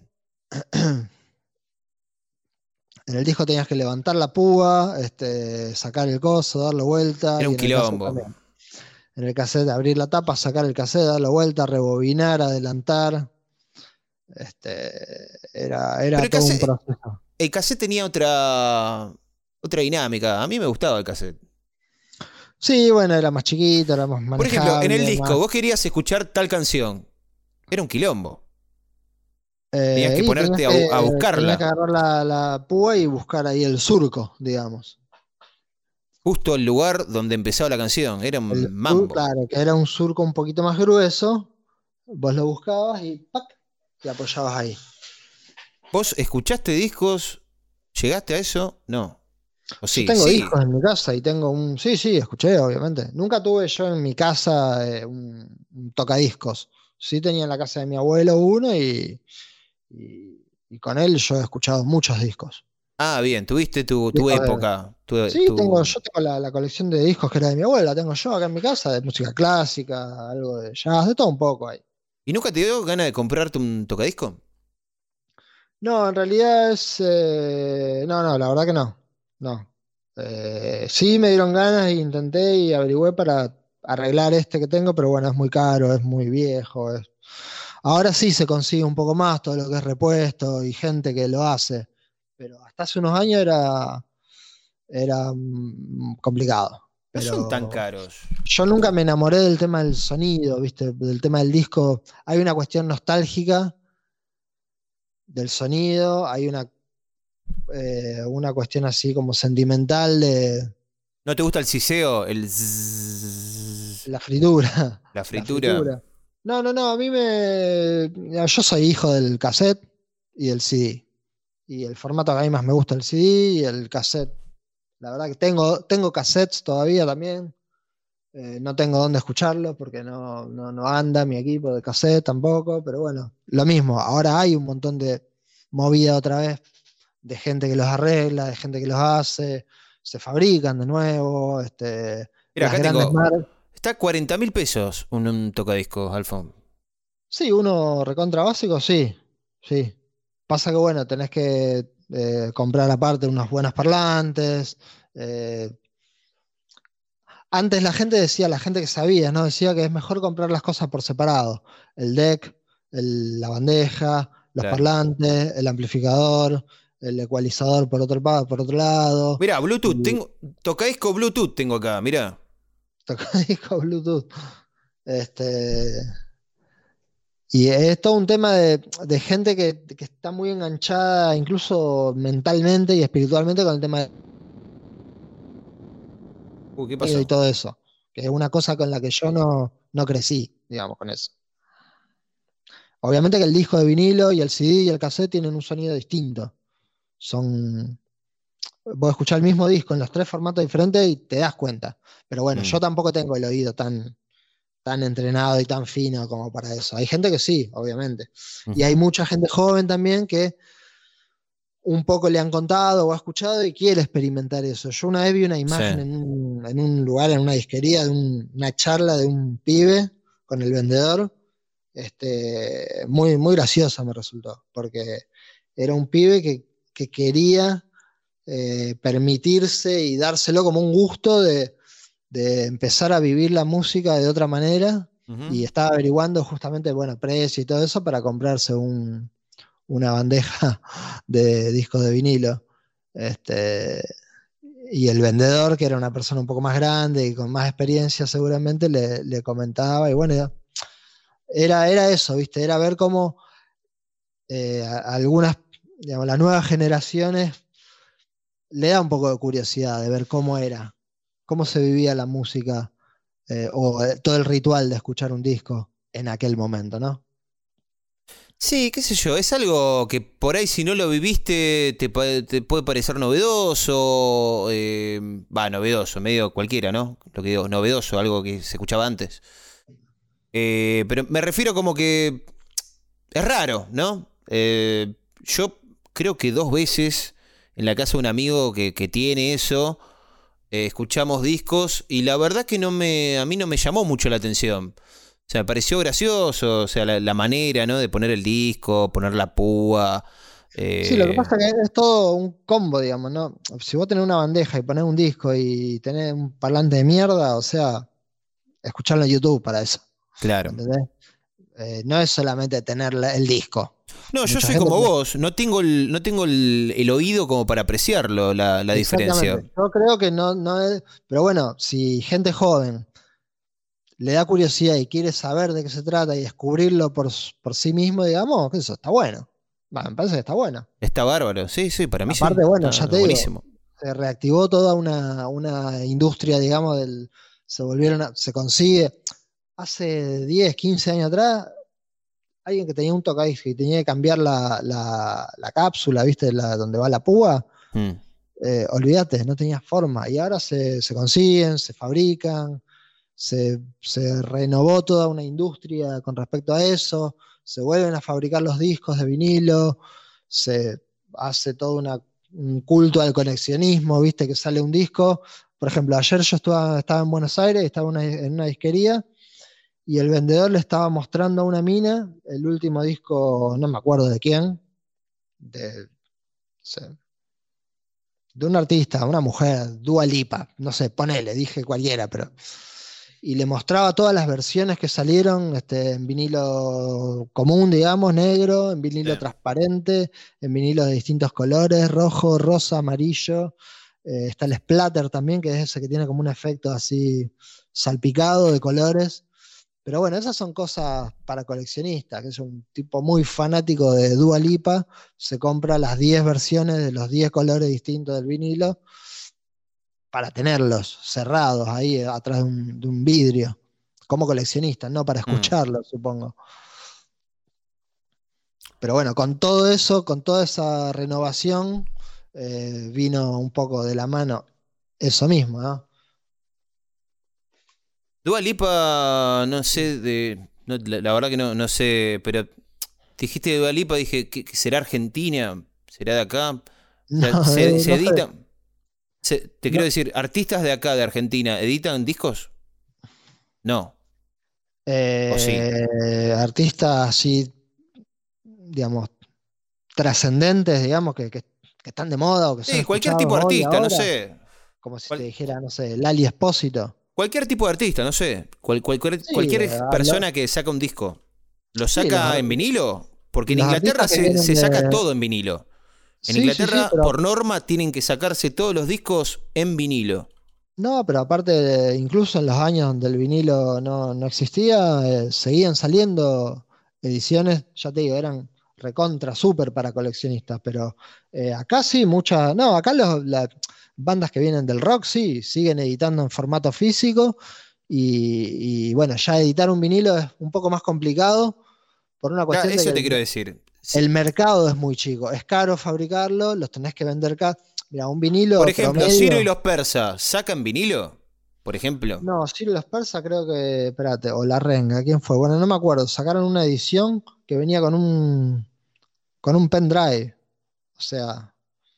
en el disco tenías que levantar la púa, este, sacar el coso, darle vuelta, Era y un en el cassette quilombo. también. En el cassette abrir la tapa, sacar el cassette, darle vuelta, rebobinar, adelantar. Este, era, era Pero el todo un cassette, proceso. el cassette tenía otra, otra dinámica. A mí me gustaba el cassette. Sí, bueno, era más chiquito, era más Por ejemplo, en el manejable, disco, más. vos querías escuchar tal canción. Era un quilombo. Tenías Eh, que y tenías ponerte a, bu- que, a tenías que buscarla. agarrar la, la púa y buscar ahí el surco, digamos. Justo al lugar donde empezaba la canción. Era El un sur- mambo. claro, que era un surco un poquito más grueso. Vos lo buscabas y ¡pac! Te apoyabas ahí. ¿Vos escuchaste discos? ¿Llegaste a eso? No. ¿O Yo sí? tengo Sí. discos en mi casa y tengo un. Sí, sí, escuché, obviamente. Nunca tuve yo en mi casa eh, un, un tocadiscos. Sí tenía en la casa de mi abuelo uno y, y, y con él yo he escuchado muchos discos. Ah, bien. Tuviste tu, tu Discos de- época. Tu, Sí, tengo, tu... yo tengo la, la colección de discos que era de mi abuela, tengo yo acá en mi casa, de música clásica, algo de jazz, de todo un poco ahí. ¿Y nunca te dio ganas de comprarte un tocadisco? No, en realidad es. eh, no, no, la verdad que no. No. Eh, sí me dieron ganas e intenté y averigüé para arreglar este que tengo, pero bueno, es muy caro, es muy viejo. es- Ahora sí se consigue un poco más todo lo que es repuesto y gente que lo hace, pero hasta hace unos años era, era mm, complicado. No son tan Pero caros. yo nunca me enamoré del tema del sonido, ¿viste? Del tema del disco. Hay una cuestión nostálgica del sonido, hay una eh, una cuestión así como sentimental de ¿No te gusta el siseo? El zzzz, la fritura, la la fritura. fritura. No, no, no, a mí me. Yo soy hijo del cassette y del C D. Y el formato que a mí más me gusta el C D y el cassette. La verdad que tengo, tengo cassettes todavía también. Eh, no tengo dónde escucharlos porque no, no, no anda mi equipo de cassette tampoco. Pero bueno, lo mismo. Ahora hay un montón de movida otra vez de gente que los arregla, de gente que los hace, se fabrican de nuevo, este, Mira, las acá grandes tengo. marcas. Está cuarenta mil pesos un, un tocadiscos, Alfon. Sí, uno recontra básico, sí, sí. Pasa que bueno, tenés que eh, comprar aparte unos buenos parlantes. eh, Antes la gente decía, la gente que sabía, ¿no? Decía que es mejor comprar las cosas por separado. El deck, el- la bandeja, los Claro. parlantes, el amplificador, el ecualizador por otro, pa- por otro lado. Mira, Bluetooth. Y Tengo. Tocadisco Bluetooth tengo acá, mira. tocadiscos Bluetooth. Este, y es todo un tema de, de gente que, que está muy enganchada, incluso mentalmente y espiritualmente, con el tema de Uy, ¿qué sonido y pasó? todo eso. Que es una cosa con la que yo no, no crecí, digamos, con eso. Obviamente que el disco de vinilo y el C D y el cassette tienen un sonido distinto. Son. Vos escuchás el mismo disco en los tres formatos diferentes y te das cuenta. Pero bueno, yo Mm, tampoco tengo el oído tan, tan entrenado y tan fino como para eso. Hay gente que sí, obviamente. Y hay ujú. mucha gente joven también que un poco le han contado o ha escuchado y quiere experimentar eso. Yo una vez vi una Sí. imagen en un, en un lugar, en una disquería, de un- una charla de un pibe con el vendedor. Este, muy, muy graciosa me resultó, porque era un pibe que, que quería eh, permitirse y dárselo como un gusto de, de empezar a vivir la música de otra manera y Ujú. estaba averiguando justamente, bueno, precio y todo eso para comprarse un, una bandeja de discos de vinilo. Este, y el vendedor, que era una persona un poco más grande y con más experiencia seguramente, le, le comentaba y bueno, era, era eso, ¿viste? Era ver cómo eh, a- algunas, digamos, las nuevas generaciones le da un poco de curiosidad de ver cómo era, cómo se vivía la música eh, o eh, todo el ritual de escuchar un disco en aquel momento, ¿no? Sí, qué sé yo, es algo que por ahí si no lo viviste te, pa- te puede parecer novedoso, eh, va, novedoso, medio cualquiera, ¿no? Lo que digo, novedoso, algo que se escuchaba antes. Eh, pero me refiero como que es raro, ¿no? Eh, yo creo que dos veces en la casa de un amigo que, que tiene eso, eh, escuchamos discos y la verdad que no me, a mí no me llamó mucho la atención. O sea, me pareció gracioso, o sea, la, la manera, ¿no? De poner el disco, poner la púa. Sí, lo que eh, pasa es que es todo un combo, digamos, ¿no? Si vos tenés una bandeja y ponés un disco y tenés un parlante de mierda, o sea, escucharlo en YouTube para eso, ¿me claro. entendés? Eh, no es solamente tener la- el disco. No, yo Mucha soy gente como que- vos, no tengo el, no tengo el, el oído como para apreciarlo, la, la diferencia. Exactamente. Yo creo que no, no es. Pero bueno, si gente joven le da curiosidad y quiere saber de qué se trata y descubrirlo por, s- por sí mismo, digamos, que eso está bueno. Va, me parece que está bueno. Está bárbaro, sí, sí, para mí sí, Aparte, bueno, ya está te digo, buenísimo. se reactivó toda una, una industria, digamos, del, se volvieron a- se consigue. Hace diez quince años atrás, alguien que tenía un tocadiscos y tenía que cambiar la, la- la cápsula, ¿viste? La, donde va la púa, Mm. eh, olvídate, no tenía forma. Y ahora se, se consiguen, se fabrican, se, se renovó toda una industria con respecto a eso, se vuelven a fabricar los discos de vinilo, se hace todo una- un culto al coleccionismo, ¿viste? Que sale un disco. Por ejemplo, ayer yo estaba, estaba en Buenos Aires, estaba en una, en una disquería y el vendedor le estaba mostrando a una mina el último disco, no me acuerdo de quién, de, se- de un artista, una mujer, Dua Lipa, no sé, ponele, dije cualquiera, pero. Y le mostraba todas las versiones que salieron este, en vinilo común, digamos, negro, en Sí. vinilo transparente, en vinilo de distintos colores, rojo, rosa, amarillo. Eh, está el splatter también, que es ese que tiene como un efecto así salpicado de colores. Pero bueno, esas son cosas para coleccionistas, que es un tipo muy fanático de Dua Lipa, se compra las diez versiones de los diez colores distintos del vinilo para tenerlos cerrados ahí eh, atrás de un, de un vidrio, como coleccionista, no para Mm. escucharlos, supongo. Pero bueno, con todo eso, con toda esa renovación, eh, vino un poco de la mano eso mismo, ¿no? Dua Lipa, no sé, de, no, la, la verdad que no, no sé, pero dijiste de Dua Lipa, dije, ¿qué, qué será Argentina? ¿Será de acá? O No, sea, se, eh, se no sé. edita, se- te quiero No, decir, artistas de acá, de Argentina, ¿editan discos? No, o sí. eh, artistas así, digamos, trascendentes, digamos, que, que- que están de moda o que son Sí, cualquier escuchados tipo de hoy, artista, no ahora, sé. como si te Cual- dijera, no sé, Lali Espósito. cualquier tipo de artista, no sé. Cual- cualquier, Sí, cualquier eh, lo- persona que saca un disco, ¿lo sí, los, saca en vinilo? Porque en los Inglaterra artistas que se, vienen se saca de. todo en vinilo. En Sí, sí, sí, Inglaterra, pero por norma, tienen que sacarse todos los discos en vinilo. no, pero aparte, de- incluso en los años donde el vinilo no, no existía, eh, seguían saliendo ediciones, ya te digo, eran recontra, súper para coleccionistas, pero eh, acá sí, muchas, no, acá los, las bandas que vienen del rock sí, siguen editando en formato físico y, y bueno, ya editar un vinilo es un poco más complicado por una Ya, cuestión de que eso te el, quiero decir. Si- el mercado es muy chico, es caro fabricarlo, los tenés que vender caro. Mira, un por vinilo ejemplo, Ciro y promedio. los persas, ¿sacan vinilo? Por ejemplo. No, Ciro y los persas creo que, espérate, o La Renga, ¿quién fue? Bueno, no me acuerdo, sacaron una edición que venía con un, con un pendrive. O sea,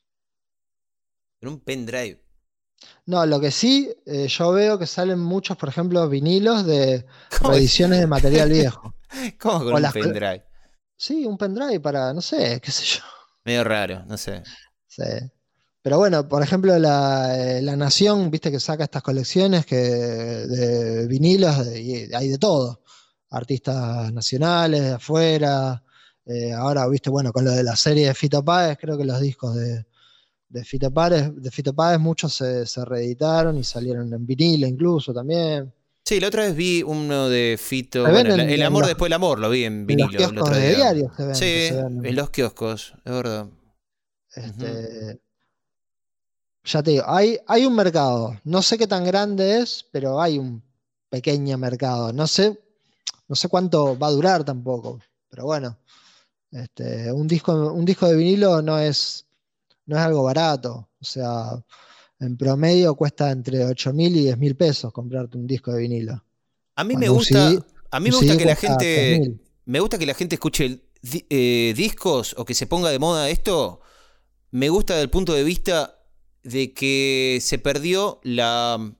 En un pendrive. no, lo que sí, eh, yo veo que salen muchos, por ejemplo, vinilos de ¿Cómo, reediciones de material viejo. cómo con O un las, pendrive? sí, un pendrive para, no sé, qué sé yo. Medio raro, no sé. Sí. Pero bueno, por ejemplo, la, eh, La Nación, viste que saca estas colecciones que, de vinilos de- y hay de todo. Artistas nacionales, de afuera. Eh, ahora, viste, bueno, con lo de la serie de Fito Páez, creo que los discos de, de Fito Páez, de Fito Páez muchos se, se reeditaron y salieron en vinilo incluso también. Sí, la otra vez vi uno de Fito. Se Bueno, el, venden el en amor los, después del amor, lo vi en en los vinilo el kioscos otro de día. diarios, se Sí, ven, se en venden. los kioscos, es verdad. Ujú. Este, Ya te digo, hay, hay un mercado. No sé qué tan grande es, pero hay un pequeño mercado. No sé, no sé cuánto va a durar tampoco. Pero bueno, este, un disco, un disco de vinilo no es, no es algo barato. O sea, en promedio cuesta entre ocho mil y diez mil pesos comprarte un disco de vinilo. A mí me Cuando un C D, gusta, a mí un me gusta C D que la cuesta tres gente, mil. me gusta que la gente escuche di- eh, discos o que se ponga de moda esto. Me gusta desde el punto de vista de que se perdió la,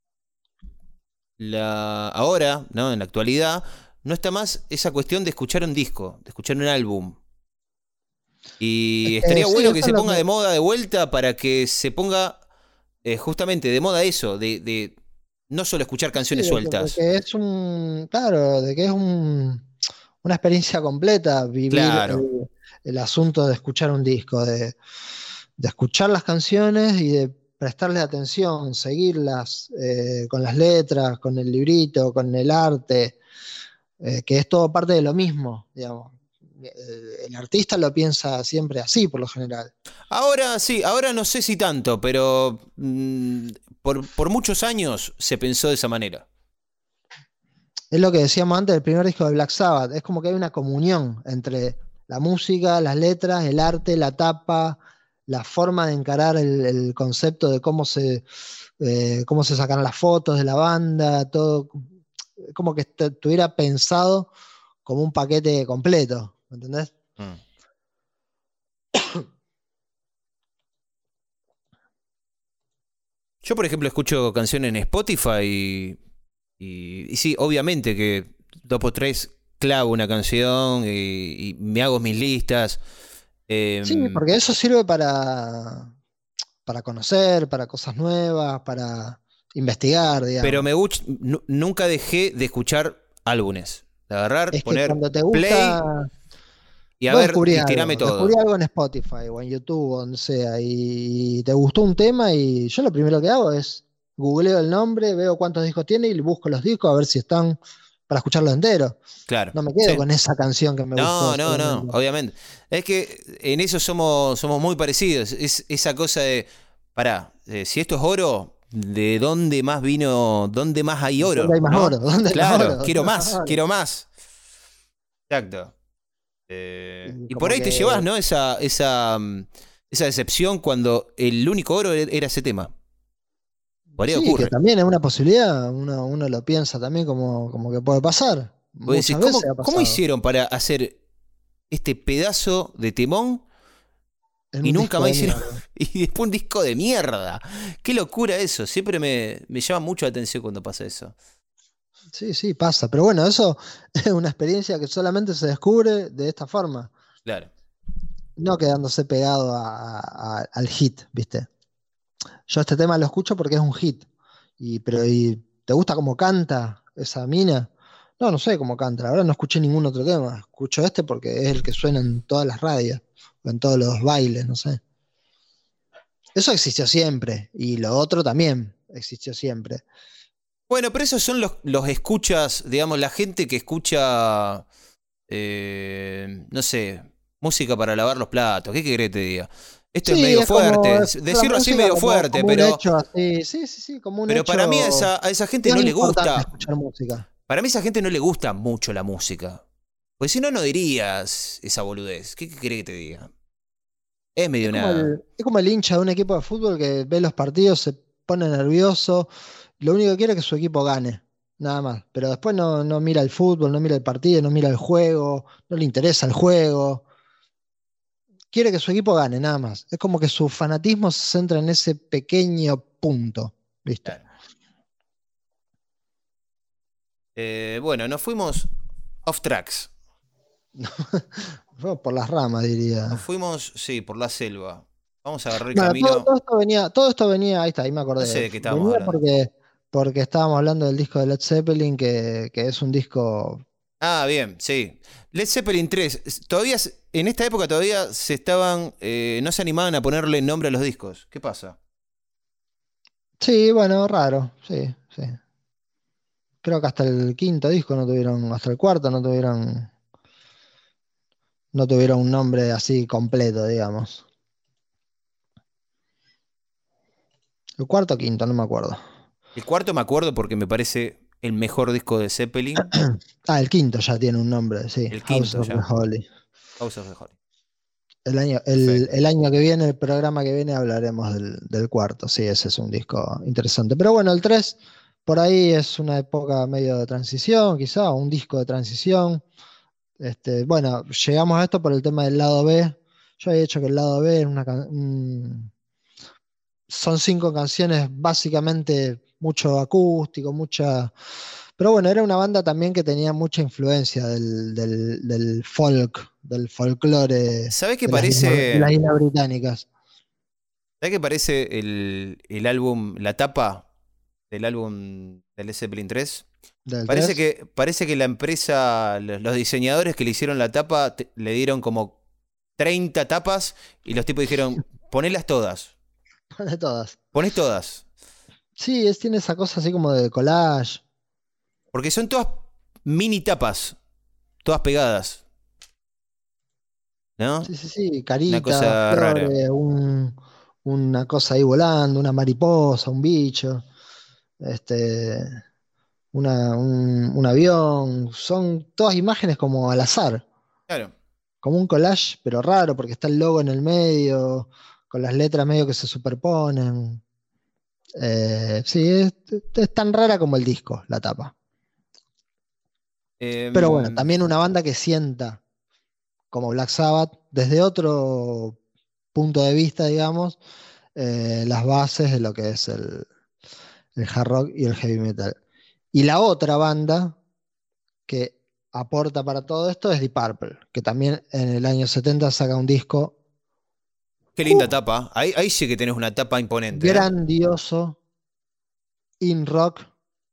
la ahora, ¿no? En la actualidad, no está más esa cuestión de escuchar un disco, de escuchar un álbum. Y Eh, estaría sí, bueno que eso es se lo ponga que. de moda de vuelta para que se ponga eh, justamente de moda eso, de, de no solo escuchar Sí, canciones de que, de sueltas. que es un. Claro, de que es un. una experiencia completa, vivir Claro. el, el asunto de escuchar un disco, de, de escuchar las canciones y de prestarle atención, seguirlas eh, con las letras, con el librito, con el arte, eh, que es todo parte de lo mismo, digamos. El, el artista lo piensa siempre así, por lo general. Ahora sí, ahora no sé si tanto, pero mm, por, por muchos años se pensó de esa manera. Es lo que decíamos antes del primer disco de Black Sabbath, es como que hay una comunión entre la música, las letras, el arte, la tapa, la forma de encarar el, el concepto de cómo se, eh, cómo se sacan las fotos de la banda, todo, como que est- estuviera pensado como un paquete completo, ¿entendés? Mm. Yo, por ejemplo, escucho canciones en Spotify y, y, y sí, obviamente que dos por tres clavo una canción y, y me hago mis listas. Sí, em, porque eso sirve para, para conocer, para cosas nuevas, para investigar, pero digamos. me gusta, nunca dejé de escuchar álbumes. De agarrar, Es que poner cuando te play gusta, y a vos ver, descubrís y tirame algo, descubrís todo. algo en Spotify o en YouTube o donde sea, y te gustó un tema y yo lo primero que hago es googleo el nombre, veo cuántos discos tiene y busco los discos a ver si están para escucharlo entero. Claro, No me quedo sí. con esa canción que me gustó No, no, no, solamente. obviamente. Es que en eso somos, somos muy parecidos. Es esa cosa de, pará, eh, si esto es oro, ¿de dónde más vino, dónde más hay ¿Dónde oro? hay más oro? ¿No? ¿Dónde hay más oro? Claro, ¿Dónde quiero hay más más, oro? quiero más. Exacto. Eh, Y y por como ahí te llevas, que ¿no? Esa, esa, mm, esa decepción cuando el único oro e- era ese tema. Por ahí sí, que ocurre. también es una posibilidad, uno, uno lo piensa también como, como que puede pasar. Vos decís, Muchas veces ¿cómo, ha cómo pasado hicieron para hacer este pedazo de temón en y un nunca disco más de hicieron? mierda. Y después un disco de mierda. Qué locura eso. Siempre me, me llama mucho la atención cuando pasa eso. Sí, sí, pasa. Pero bueno, eso es una experiencia que solamente se descubre de esta forma, Claro. no quedándose pegado a- a- al hit, ¿viste? Yo este tema lo escucho porque es un hit. Y, pero, ¿y te gusta cómo canta esa mina? No, no sé cómo canta. La verdad no escuché ningún otro tema. Escucho este porque es el que suena en todas las radios o en todos los bailes, no sé. Eso existió siempre. Y lo otro también existió siempre. Bueno, pero esos son los, los escuchas, digamos, la gente que escucha, eh, no sé, música para lavar los platos. ¿Qué querés que te diga? Esto es Sí, medio es como fuerte. escuchar la Decirlo así es música medio como, fuerte, como un pero, hecho así. Sí, sí, sí, como un pero para mí a hecho. esa, a esa gente No no es le importante gusta. escuchar música. Para mí a esa gente no le gusta mucho la música. Pues si no, no dirías esa boludez. ¿Qué, qué querés que te diga? Es Es medio como una... el, es como el hincha de un equipo de fútbol que ve los partidos, se pone nervioso, lo único que quiere es que su equipo gane, nada más. Pero después no, no mira el fútbol, no mira el partido, no mira el juego, no le interesa el juego. Quiere que su equipo gane, nada más. Es como que su fanatismo se centra en ese pequeño punto, ¿viste? Claro. Eh, bueno, nos fuimos off tracks. Fue por las ramas, Nos diría. fuimos, sí, por la selva. Vamos a agarrar el Bueno, todo, camino. todo esto venía, todo esto venía, ahí está, ahí me No sé acordé. de qué estábamos Venía hablando. porque, porque estábamos hablando del disco de Led Zeppelin, que, que es un disco. Ah, bien, sí. Led Zeppelin tres. Todavía, se- en esta época todavía se estaban, eh, no se animaban a ponerle nombre a los discos. ¿Qué pasa? Sí, bueno, raro, sí, sí. Creo que hasta el quinto disco no tuvieron, hasta el cuarto no tuvieron, no tuvieron un nombre así completo, digamos. El cuarto o quinto, no me acuerdo. El cuarto me acuerdo porque me parece el mejor disco de Zeppelin. Ah, el quinto ya tiene un nombre, sí, El House quinto of the ya. Holy. House of the Holy. El año, el, Perfecto. el año que viene, el programa que viene, hablaremos del, del cuarto. Sí, ese es un disco interesante. Pero bueno, el tres por ahí es una época medio de transición, quizá, un disco de transición. Este, bueno, llegamos a esto por el tema del lado B. Yo había dicho que el lado B es una, can- un- son cinco canciones, básicamente mucho acústico, mucha. Pero bueno, era una banda también que tenía mucha influencia del, del- del folk, del folclore ¿Sabés qué de las islas, de parece? las islas británicas. ¿Sabés qué parece el, el álbum, la tapa? del álbum del Led Zeppelin tres. ¿Del Parece tres? que, parece que la empresa, los los diseñadores que le hicieron la tapa, te- le dieron como treinta tapas y los tipos dijeron, ponelas todas, De todas. poné todas. Sí, es, tiene esa cosa así como de collage. Porque son todas mini tapas, todas pegadas, ¿no? Sí, sí, sí, Una caritas, cosa rara. flores, un- una cosa ahí volando, una mariposa, un bicho, este, una- un, un avión. Son todas imágenes como al azar, Claro. como un collage, pero raro, porque está el logo en el medio, con las letras medio que se superponen. Eh, sí, es, es tan rara como el disco, la tapa. Pero bueno, Em, también una banda que sienta como Black Sabbath, desde otro punto de vista, digamos, eh, las bases de lo que es el, el hard rock y el heavy metal. Y la otra banda que aporta para todo esto es Deep Purple, que también en el año setenta saca un disco qué linda uh, tapa. Ahí, ahí sí que tenés una tapa imponente, ¿eh? grandioso, in rock,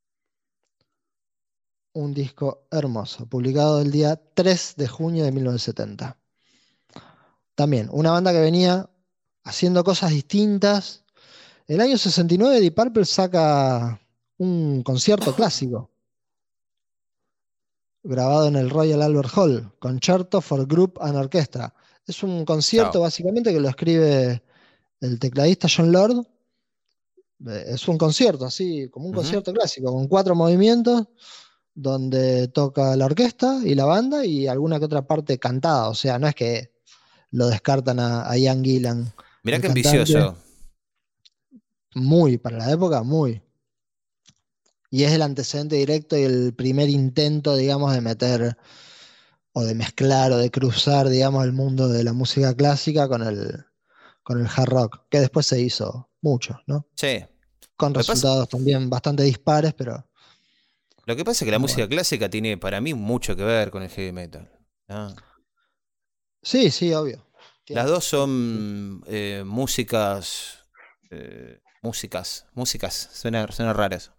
un disco hermoso, publicado el día tres de junio de mil novecientos setenta. También una banda que venía haciendo cosas distintas. El año sesenta y nueve Deep Purple saca un concierto clásico grabado en el Royal Albert Hall, Concerto for Group and Orchestra. Es un concierto Chao. básicamente que lo escribe el tecladista John Lord. Eh, Es un concierto, así como un Ujú. concierto clásico, con cuatro movimientos, donde toca la orquesta y la banda y alguna que otra parte cantada. O sea, no es que lo descartan a, a Ian Gillan, Mirá el qué cantante, ambicioso. muy, para la época, muy. Y es el antecedente directo y el primer intento, digamos, de meter o de mezclar o de cruzar, digamos, el mundo de la música clásica con el, con el hard rock, que después se hizo mucho, ¿no? Sí. Con Lo que pasa, resultados también bastante dispares, pero, lo que pasa es que la pero música bueno. clásica tiene para mí mucho que ver con el heavy metal. ¿No? Sí, sí, obvio. Las Tiene, dos tiene, sí. son eh, músicas, eh, músicas, músicas, suena, suena raro eso.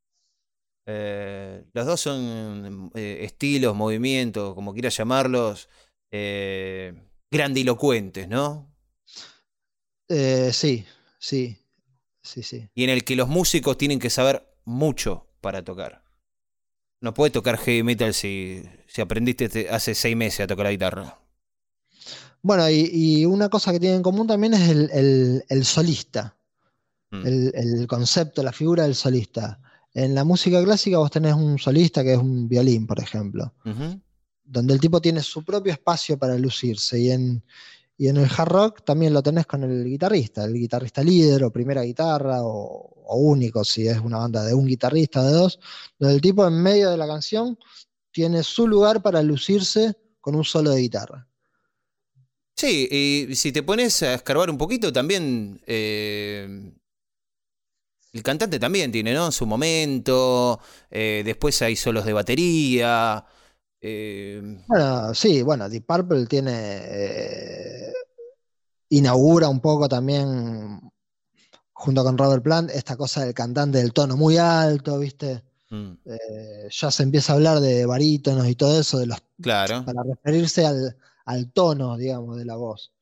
Eh, los dos son eh, estilos, movimientos, como quieras llamarlos, eh, grandilocuentes, ¿no? Eh, sí, sí, sí, sí. Y en el que los músicos tienen que saber mucho para tocar. No puedes tocar heavy metal si, si aprendiste te- hace seis meses a tocar la guitarra. Bueno, y, y una cosa que tienen en común también es el, el- el solista, Mm. el, el concepto, la figura del solista. En la música clásica vos tenés un solista que es un violín, por ejemplo, Ujú. donde el tipo tiene su propio espacio para lucirse. Y en, y en el hard rock también lo tenés con el guitarrista, el guitarrista líder o primera guitarra o, o único, si es una banda de un guitarrista, de dos, donde el tipo en medio de la canción tiene su lugar para lucirse con un solo de guitarra. Sí, y si te pones a escarbar un poquito, también eh, el cantante también tiene, ¿no? Su momento, eh, después hay solos de batería. eh, Bueno, sí, bueno, Deep Purple tiene, eh, inaugura un poco también, junto con Robert Plant, esta cosa del cantante del tono muy alto, ¿viste? mm, Eh, ya se empieza a hablar de barítonos y todo eso, de los, claro. para referirse al, al tono, digamos, de la voz.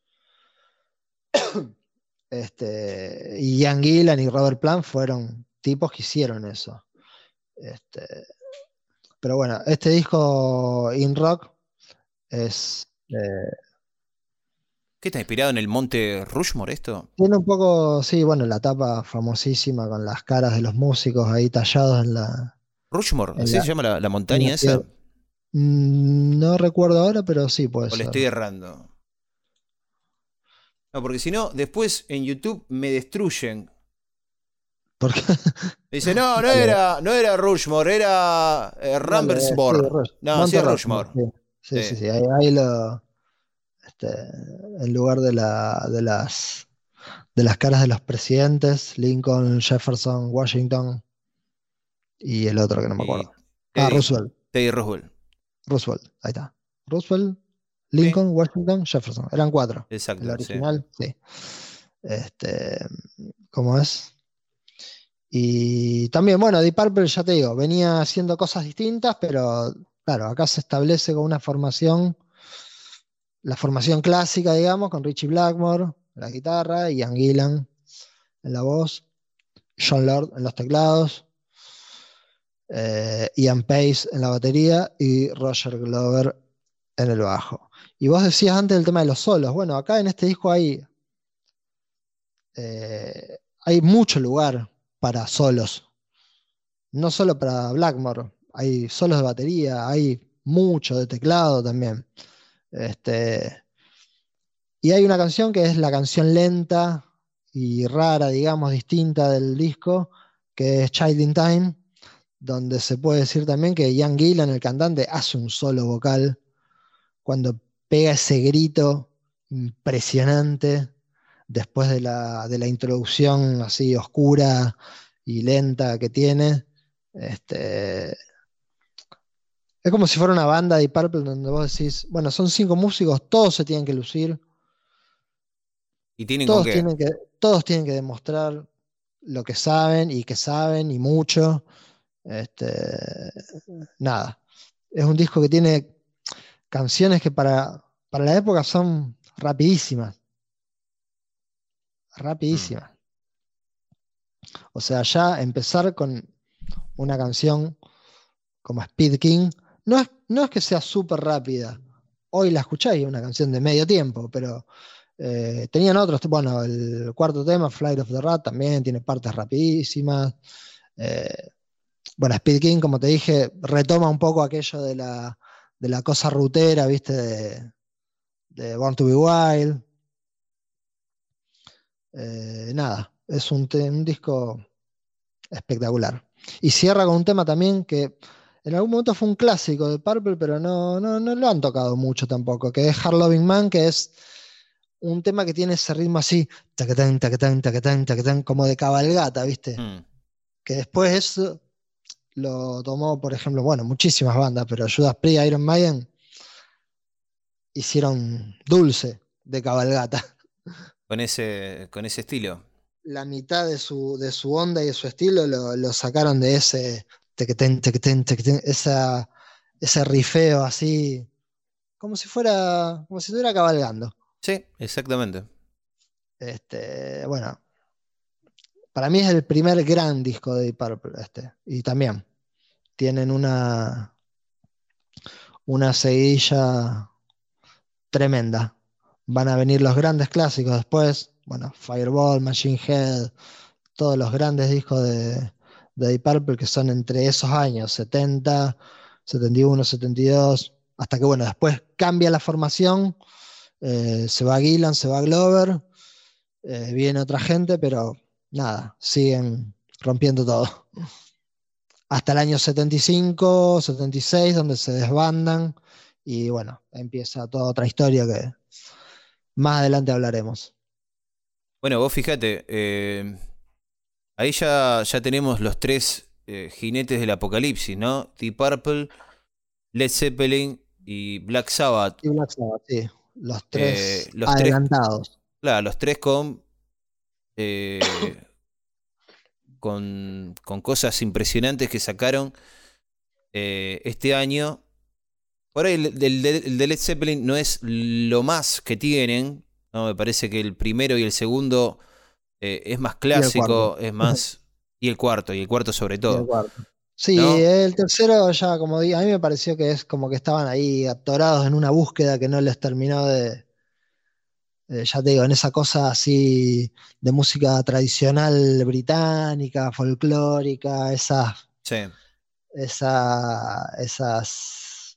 Este, y Ian Gillan y Robert Plant fueron tipos que hicieron eso. Este, pero bueno, este disco In Rock es, eh, ¿Qué está inspirado en el monte Rushmore esto? tiene un poco, sí, bueno, la tapa famosísima con las caras de los músicos ahí tallados en la, Rushmore, en ¿así la, se llama la, la en la montaña piedra. esa? Mm, no recuerdo ahora, pero sí puede ¿O le ser. estoy errando? No, porque si no, después en YouTube me destruyen. Porque, Me dice, no, no dale, era, no era Rushmore, era eh, dale, sí, Rambersborg. Rush- No, sí Monte es Rushmore, Rushmore. sí. Sí, sí, Sí. sí, ahí, ahí lo, este, en lugar de, la, de las de las caras de los presidentes, Lincoln, Jefferson, Washington y el otro que no me Y acuerdo. Ah, Teddy, Roosevelt, Teddy Roosevelt. Roosevelt, ahí está. Roosevelt, Sí, Lincoln, Washington, Jefferson. Eran cuatro. El exacto, sí. original, sí. Este, ¿cómo es? Y también, bueno, Deep Purple, ya te digo, venía haciendo cosas distintas, pero claro, acá se establece con una formación, la formación clásica, digamos, con Richie Blackmore en la guitarra, Ian Gillan en la voz, John Lord en los teclados, eh, Ian Pace en la batería y Roger Glover en el bajo. Y vos decías antes el tema de los solos. Bueno, acá en este disco hay, eh, hay mucho lugar para solos. No solo para Blackmore, hay solos de batería, hay mucho de teclado también. Este, y hay una canción que es la canción lenta y rara, digamos, distinta del disco, que es Child in Time, donde se puede decir también que Ian Gillan, el cantante, hace un solo vocal cuando pega ese grito impresionante después de la, de la introducción así oscura y lenta que tiene. Este, es como si fuera una banda de Purple donde vos decís, bueno, son cinco músicos, todos se tienen que lucir, ¿Y tienen con todos qué? tienen que, todos tienen que demostrar lo que saben y que saben y mucho. Este, nada, es un disco que tiene canciones que para, para la época son rapidísimas, Mm. rapidísimas. O sea, ya empezar con una canción como Speed King, no es, no es que sea súper rápida. Hoy la escucháis, es una canción de medio tiempo, pero eh, tenían otros. Bueno, el cuarto tema, Flight of the Rat, también tiene partes rapidísimas. Eh, bueno, Speed King, como te dije, retoma un poco aquello de la, de la cosa rutera, ¿viste? De, de Born to Be Wild. Eh, nada, es un, te- un disco espectacular. Y cierra con un tema también que en algún momento fue un clásico de Purple, pero no, no, no lo han tocado mucho tampoco, que es Hard Loving Man, que es un tema que tiene ese ritmo así, taquetán, taquetán, taquetán, taquetán, como de cabalgata, ¿viste? Mm. Que después eso lo tomó, por ejemplo, bueno, muchísimas bandas, pero Judas Priest, Iron Maiden hicieron Dulce de cabalgata. Con ese, con ese estilo. La mitad de su, de su onda y de su estilo lo, lo sacaron de ese tequetén, tequetén, tequetén, esa, ese rifeo así, como si fuera, como si estuviera cabalgando. Sí, exactamente. Este, bueno, para mí es el primer gran disco de Deep Purple, este, y también tienen una, una seguidilla tremenda. Van a venir los grandes clásicos después, bueno, Fireball, Machine Head, todos los grandes discos de, de Deep Purple que son entre esos años, setenta, setenta y uno, setenta y dos, hasta que bueno, después cambia la formación, eh, se va Gillan, se va Glover, eh, viene otra gente, pero nada, siguen rompiendo todo. Hasta el año setenta y cinco, setenta y seis, donde se desbandan y bueno, empieza toda otra historia que más adelante hablaremos. Bueno, vos fíjate, eh, ahí ya, ya tenemos los tres eh, jinetes del apocalipsis, ¿no? Deep Purple, Led Zeppelin y Black Sabbath. Y Black Sabbath, sí, los Eh, tres los tres, adelantados. claro, los tres con, eh, con, con cosas impresionantes que sacaron eh, este año. Por ahí el, el de el de Led Zeppelin no es lo más que tienen, ¿no? Me parece que el primero y el segundo eh, es más Y el cuarto. clásico, es más... Y el cuarto, y el cuarto sobre Y el todo, cuarto. Sí, ¿no? el tercero ya, como digo, a mí me pareció que es como que estaban ahí atorados en una búsqueda que no les terminó de, eh, ya te digo, en esa cosa así de música tradicional británica, folclórica, esas, Sí. esa- esas,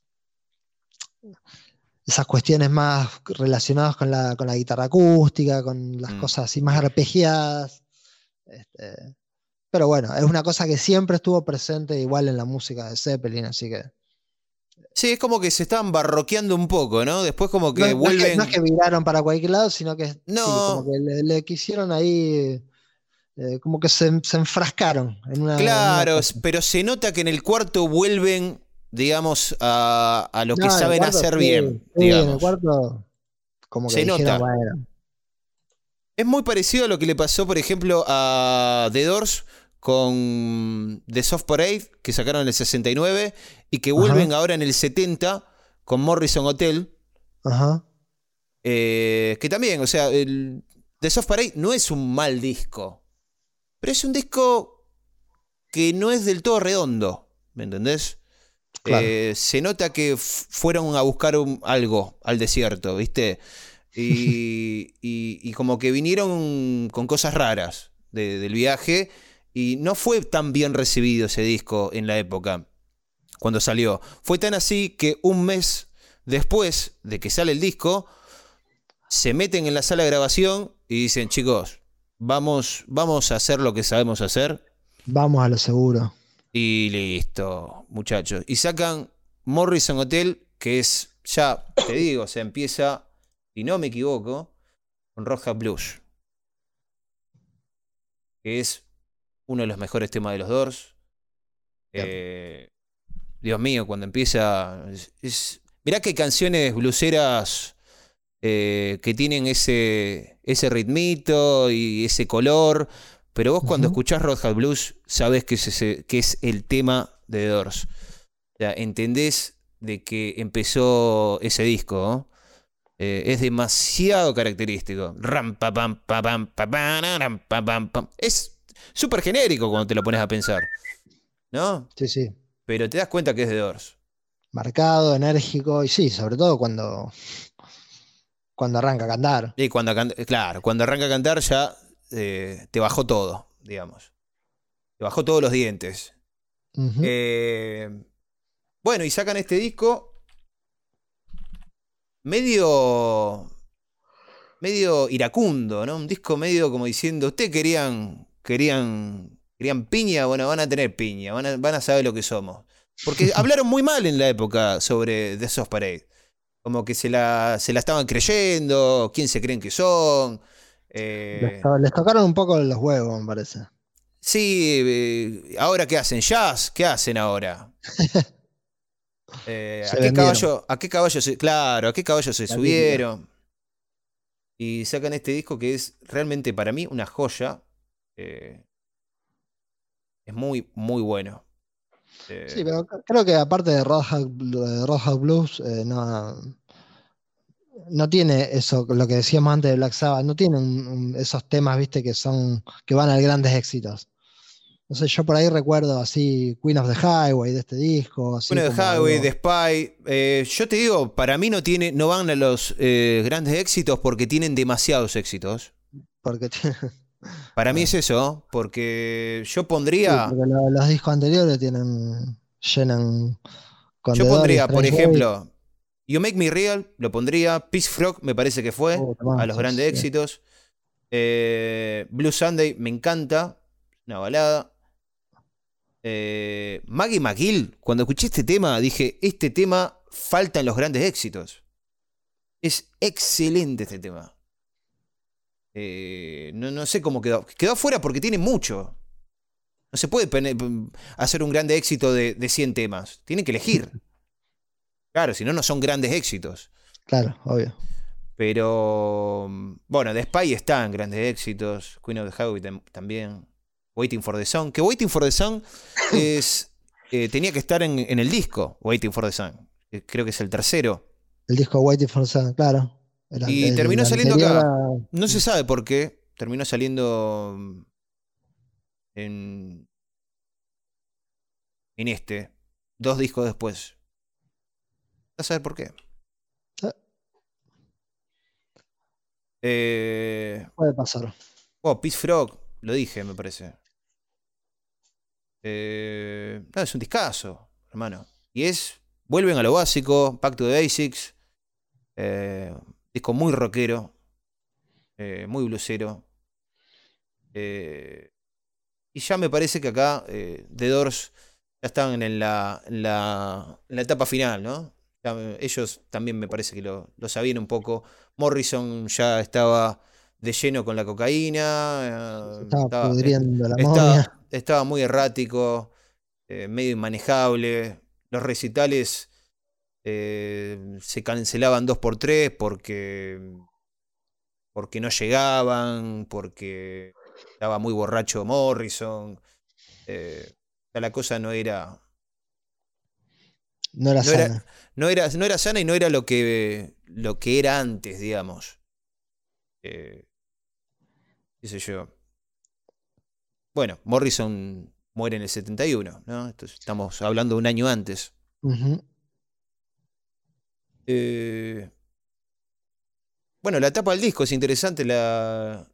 esas cuestiones más relacionadas con la, con la guitarra acústica, con las Mm. cosas así más arpegiadas. Este, pero bueno, es una cosa que siempre estuvo presente igual en la música de Zeppelin, así que Sí, es como que se estaban barroqueando un poco, ¿no? Después como no, que no es que, no es vuelven... que viraron para cualquier lado, sino que sí, como No, que le, le quisieron ahí, eh, como que se, se enfrascaron en una, en una claro, cosa. pero se nota que en el cuarto vuelven, digamos, a, a lo que No, en el saben cuarto hacer sí, bien, sí, en el digamos. cuarto como que Se dijeron, nota. bueno, Es muy parecido a lo que le pasó, por ejemplo, a The Doors con The Soft Parade, que sacaron en el sesenta y nueve, y que vuelven Ajá. ahora en el setenta con Morrison Hotel, Ajá. eh, que también, o sea, el The Soft Parade no es un mal disco, pero es un disco que no es del todo redondo, ¿me entendés? Claro. Eh, se nota que f- fueron a buscar un- algo al desierto, ¿viste? Y, y- y como que vinieron con cosas raras de- del viaje y no fue tan bien recibido ese disco en la época, cuando salió. Fue tan así que un mes después de que sale el disco, se meten en la sala de grabación y dicen, chicos, vamos, vamos a hacer lo que sabemos hacer Vamos a lo seguro. y listo, muchachos. Y sacan Morrison Hotel, que es, ya te digo, se empieza, si no me equivoco, con Red Hot Blues, que es uno de los mejores temas de los Doors. Bien. Eh, Dios mío, cuando empieza... Es, es- mirá que hay canciones blueseras eh, que tienen ese, ese ritmito y ese color, pero vos cuando Ujú. escuchás Red Hot Blues sabés que es, ese- que es el tema de The Doors. O sea, entendés de que empezó ese disco, ¿no? Eh, es demasiado característico. Ram, pa, pam, pa, pam, pa, pa, na, ram, pa, pam, pam. Es súper genérico cuando te lo pones a pensar, ¿no? Sí, sí. Pero te das cuenta que es de Doors. Marcado, enérgico y sí, sobre todo cuando, cuando arranca a cantar. Y cuando, can- claro, cuando arranca a cantar ya eh, te bajó todo, digamos. Te bajó todos los dientes. Ujú. Eh, bueno, y sacan este disco medio medio iracundo, ¿no? Un disco medio como diciendo, ustedes querían, querían, querían piña, bueno, van a tener piña, van a, van a saber lo que somos. Porque hablaron muy mal en la época sobre The Soft Parade. Como que se la, se la estaban creyendo, quién se creen que son. Les, Eh, to- les tocaron un poco los huevos, me parece. sí, eh, ahora qué hacen, jazz, ¿qué hacen ahora? Eh, ¿a Se qué vendieron. caballo, a qué caballo se, claro, a qué caballo se La típica. subieron? Y sacan este disco que es realmente para mí una joya. Eh, es muy, muy bueno. Sí, Eh, pero c- creo que aparte de Red Hot, Blu- de Red Hot Blues, eh, no, no tiene eso, lo que decíamos antes de Black Sabbath, no tiene un- un- esos temas, viste, que son, que van a grandes éxitos. No sé, yo por ahí recuerdo así Queen of the Highway de este disco, así bueno, The como Highway, The algo. Spy. Eh, yo te digo, para mí no tiene, no van a los eh, grandes éxitos porque tienen demasiados éxitos. Porque tiene- Para mí es bueno, eso, porque yo sí, pondría. porque lo- los discos anteriores tienen, llenan con Yo The Doors y pondría, por Strange Ways. ejemplo, You Make Me Real, lo pondría. Peace Frog, me parece que fue, Oh, a los temazos, grandes sí. éxitos. Eh, Blue Sunday, me encanta. Una balada. Eh, Maggie McGill, cuando escuché este tema, dije, este tema falta en los grandes éxitos. Es excelente este tema. Eh, no, no sé cómo quedó. Quedó afuera porque tiene mucho. No se puede pene- hacer un grande éxito de, de cien temas. Tienen que elegir. Claro, si no, no son grandes éxitos. Claro, obvio. Pero bueno, The Spy está en grandes éxitos. Queen of the Highway tam- también. Waiting for the Sun. Que Waiting for the Sun es. eh, tenía que estar en, en el disco. Waiting for the Sun. que Creo que es el tercero. El disco Waiting for Sun, claro. El, an- Y el terminó saliendo anterior acá. a. No se sabe por qué. Terminó saliendo en, en este. Dos discos después. ¿Vas a saber por qué? Ah, Eh, puede pasar. oh, Peace Frog. Lo dije, me parece. Eh, no, es un discazo, hermano. Y es. Vuelven a lo básico. Back to the Basics. Eh, disco muy rockero. Eh, muy blusero. Eh, y ya me parece que acá eh, The Doors ya están en la, en la, en la etapa final, ¿no? Ya, eh, ellos también me parece que lo, lo sabían un poco. Morrison ya estaba de lleno con la cocaína. Se eh, estaba estaba, est- pudriendo la estaba, momia. estaba muy errático. Eh, medio inmanejable. Los recitales eh, se cancelaban dos por tres porque, porque no llegaban, porque estaba muy borracho Morrison. Eh, ya la cosa no era, No era no era, sana. no era, no era sana y no era lo que, lo que era antes, digamos. Eh, qué sé yo. Bueno, Morrison muere en el setenta y uno, ¿no? Entonces, estamos hablando de un año antes. Ujú. Eh, bueno, la tapa del disco es interesante. La,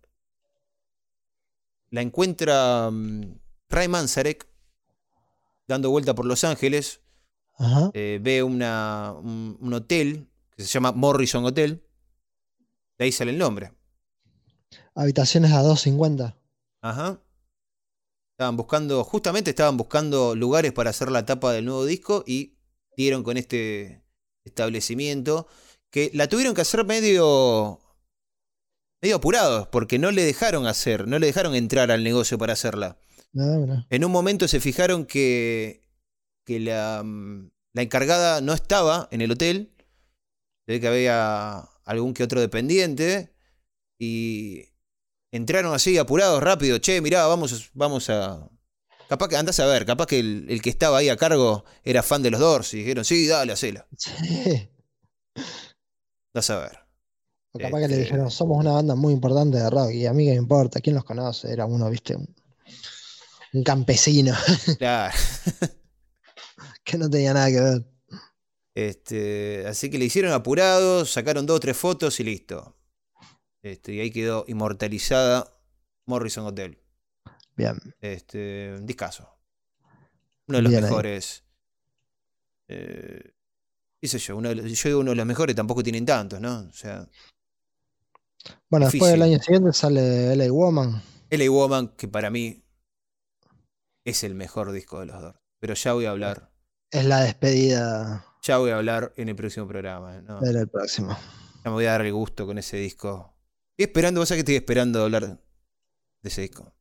la encuentra um, Ray Manzarek dando vuelta por Los Ángeles. Ajá. Eh, ve una, un, un hotel que se llama Morrison Hotel. De ahí sale el nombre. Habitaciones a doscientos cincuenta. Ajá. Estaban buscando, justamente estaban buscando lugares para hacer la tapa del nuevo disco y dieron con este establecimiento que la tuvieron que hacer medio, medio apurados porque no le dejaron hacer, no le dejaron entrar al negocio para hacerla. No, no. En un momento se fijaron que, que la, mm, la encargada no estaba en el hotel, se ve que había algún que otro dependiente y entraron así apurados, rápido, che, mirá, vamos, vamos a... Capaz que, andás a ver, capaz que el, el que estaba ahí a cargo era fan de los Doors y dijeron, sí, dale, hacela. Sí. Andás a ver. O capaz que le dijeron, Este, somos una banda muy importante de rock. Y a mí que me importa, ¿quién los conoce? Era uno, viste, un, un campesino claro. que no tenía nada que ver. Este, así que le hicieron apurados, sacaron dos o tres fotos y listo. Este, y ahí quedó inmortalizada Morrison Hotel. Bien, Este, un discazo. Uno de los bien ahí. mejores. Eh, qué sé yo, uno de los- yo digo uno de los mejores, tampoco tienen tantos, ¿no? O sea, Bueno, después del difícil. año siguiente sale L A Woman. L A Woman, que para mí es el mejor disco de los Doors. Pero ya voy a hablar. Es la despedida Ya voy a hablar en el próximo programa, ¿no? del próximo. Ya me voy a dar el gusto con ese disco. Estoy esperando, vos sabés que estoy esperando hablar de ese disco.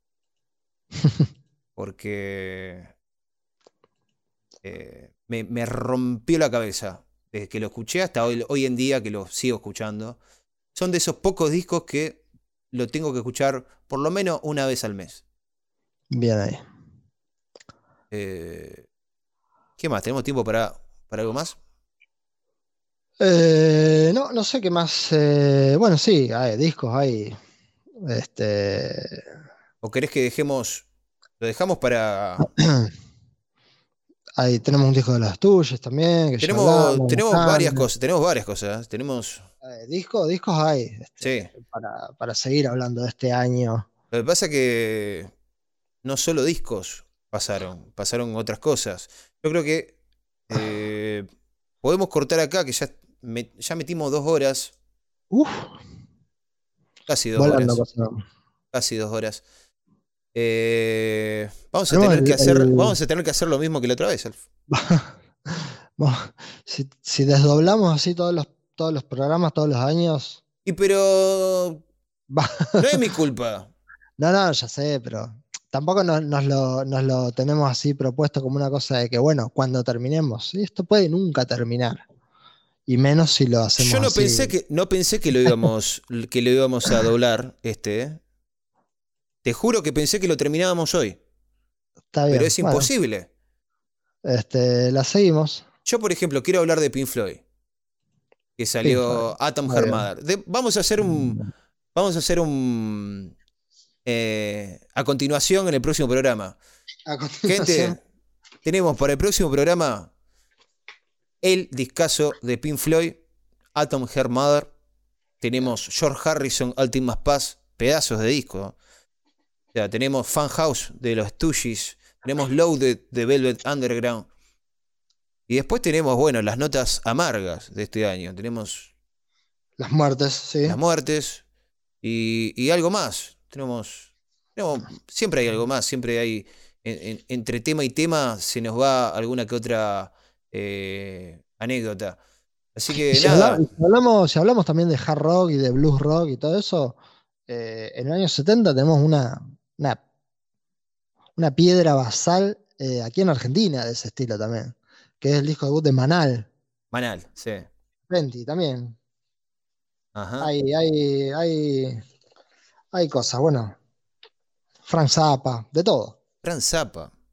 Porque eh, me, me rompió la cabeza. Desde que lo escuché hasta hoy, hoy en día que lo sigo escuchando. Son de esos pocos discos que lo tengo que escuchar por lo menos una vez al mes. Bien ahí. Eh, ¿Qué más? ¿Tenemos tiempo para, para algo más? Eh, no, no sé qué más. eh, bueno, sí, hay discos, hay. Este. ¿O querés que dejemos... Lo dejamos para... Ahí tenemos un disco de las tuyas también, que ya Tenemos, hablamos tenemos varias bastante. cosas, tenemos varias cosas. ¿Eh? Tenemos... Eh, discos, discos hay, Sí. este, para, para seguir hablando de este año. Lo que pasa es que no solo discos pasaron, pasaron otras cosas. Yo creo que eh, podemos cortar acá, que ya, me- ya metimos dos horas, Uf, casi dos volando horas, pasó. casi dos horas. Eh, vamos a Tenemos tener que el, hacer, el- vamos a tener que hacer lo mismo que la otra vez, Alf. Bueno, si, si desdoblamos así todos los, todos los programas, todos los años, Y pero va- no es mi culpa. No, no, ya sé, pero tampoco nos, nos lo, nos lo tenemos así propuesto como una cosa de que, bueno, cuando terminemos, y esto puede nunca terminar. Y menos si lo Yo hacemos no así. pensé que, no pensé que lo íbamos, que lo íbamos a doblar, este. ¿Eh? Te juro que pensé que lo terminábamos hoy, Está pero bien. es Bueno, imposible. este, la seguimos. Yo, por ejemplo, quiero hablar de Pink Floyd, que Pink Floyd. salió Atom Muy Heart bien. Mother. De- vamos a hacer un. Vamos a hacer un. eh, a continuación en el próximo programa. A continuación, Gente, tenemos para el próximo programa el discazo de Pink Floyd, Atom Heart Mother. Tenemos George Harrison, Ultimate Pass, pedazos de disco. O sea, tenemos Fan House de los Stooges, tenemos Loaded de Velvet Underground. Y después tenemos, bueno, las notas amargas de este año. Tenemos las muertes, sí. las muertes y, y algo más. Tenemos, tenemos, siempre hay algo más, siempre hay, en- en- entre tema y tema se nos va alguna que otra eh, anécdota. Así Y que si, habla- nada, si hablamos, si hablamos también de hard rock y de blues rock y todo eso, eh, en el año setenta tenemos una, una, una piedra basal eh, aquí en Argentina de ese estilo también, que es el disco debut de Manal. Manal, sí. Venti también. Ajá. Hay, hay, hay, hay cosas, bueno, Frank Zappa, de todo. Frank Zappa.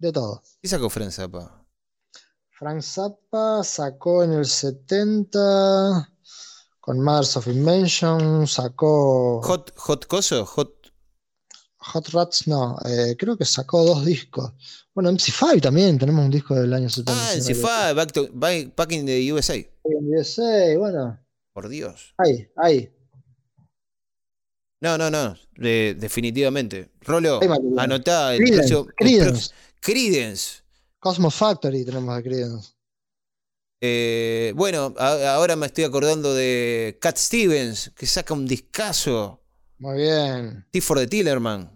de todo. ¿Qué sacó Frank Zappa? Frank Zappa sacó en el setenta con Mothers of Invention, sacó ¿Hot, hot coso? Hot... Hot Rats, no, eh, creo que sacó dos discos. Bueno, M C cinco también, tenemos un disco del año setenta. Ah, si en no me equivoco. Sci-Fi, back, to- back, back in the U S A. En U S A, bueno, Por Dios. ahí, ahí, No, no, no. de- definitivamente. ahí Rolo, material. anotá el Creedence, próximo. El Creedence, prox- Creedence. Cosmos Factory tenemos de Creedence. Eh, bueno, a- ahora me estoy acordando de Cat Stevens, que saca un discazo. Muy bien. T for the Tillerman.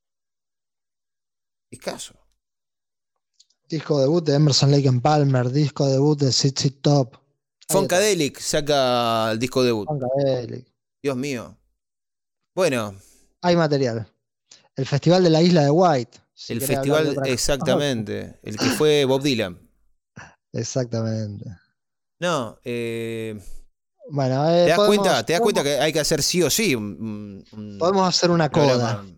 Discazo. Disco debut de Emerson Lake and Palmer, disco debut de Z Z Top. Ahí Funkadelic saca el disco debut. está, Funkadelic. Dios mío. Bueno, Hay material. El Festival de la Isla de White. si el querés hablar de festival, otra cosa. exactamente. El que fue Bob Dylan. Exactamente. No, eh, Bueno, eh, ¿te das podemos, cuenta? ¿Te das cuenta podemos- que hay que hacer sí o sí un, un podemos hacer una coda. programa?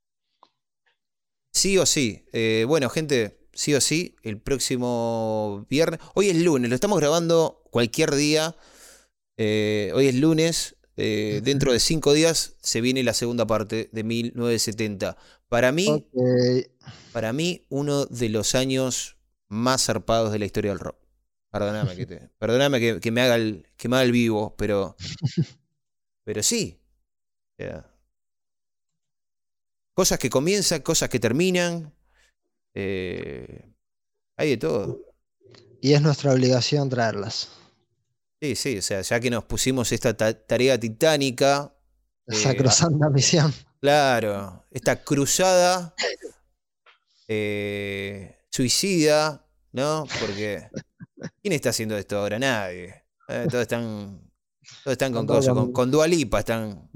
Sí o sí. Eh, bueno, gente, sí o sí, el próximo viernes. Hoy es lunes, lo estamos grabando cualquier día. Eh, hoy es lunes. eh, dentro de cinco días se viene la segunda parte de mil novecientos setenta. Para mí, Ok. para mí, uno de los años más zarpados de la historia del rock. Perdóname que, te, perdóname que, que me haga el, que me haga el vivo, pero, pero sí. O sea, cosas que comienzan, cosas que terminan. eh, hay de todo. Y es nuestra obligación traerlas. Sí, sí, o sea, ya que nos pusimos esta ta- tarea titánica. La eh, sacrosanta misión. Claro, esta cruzada eh, suicida, ¿no? Porque ¿quién está haciendo esto ahora? Nadie. Eh, todos están, todos están con Con todo cosas, con, con- con Dua Lipa están.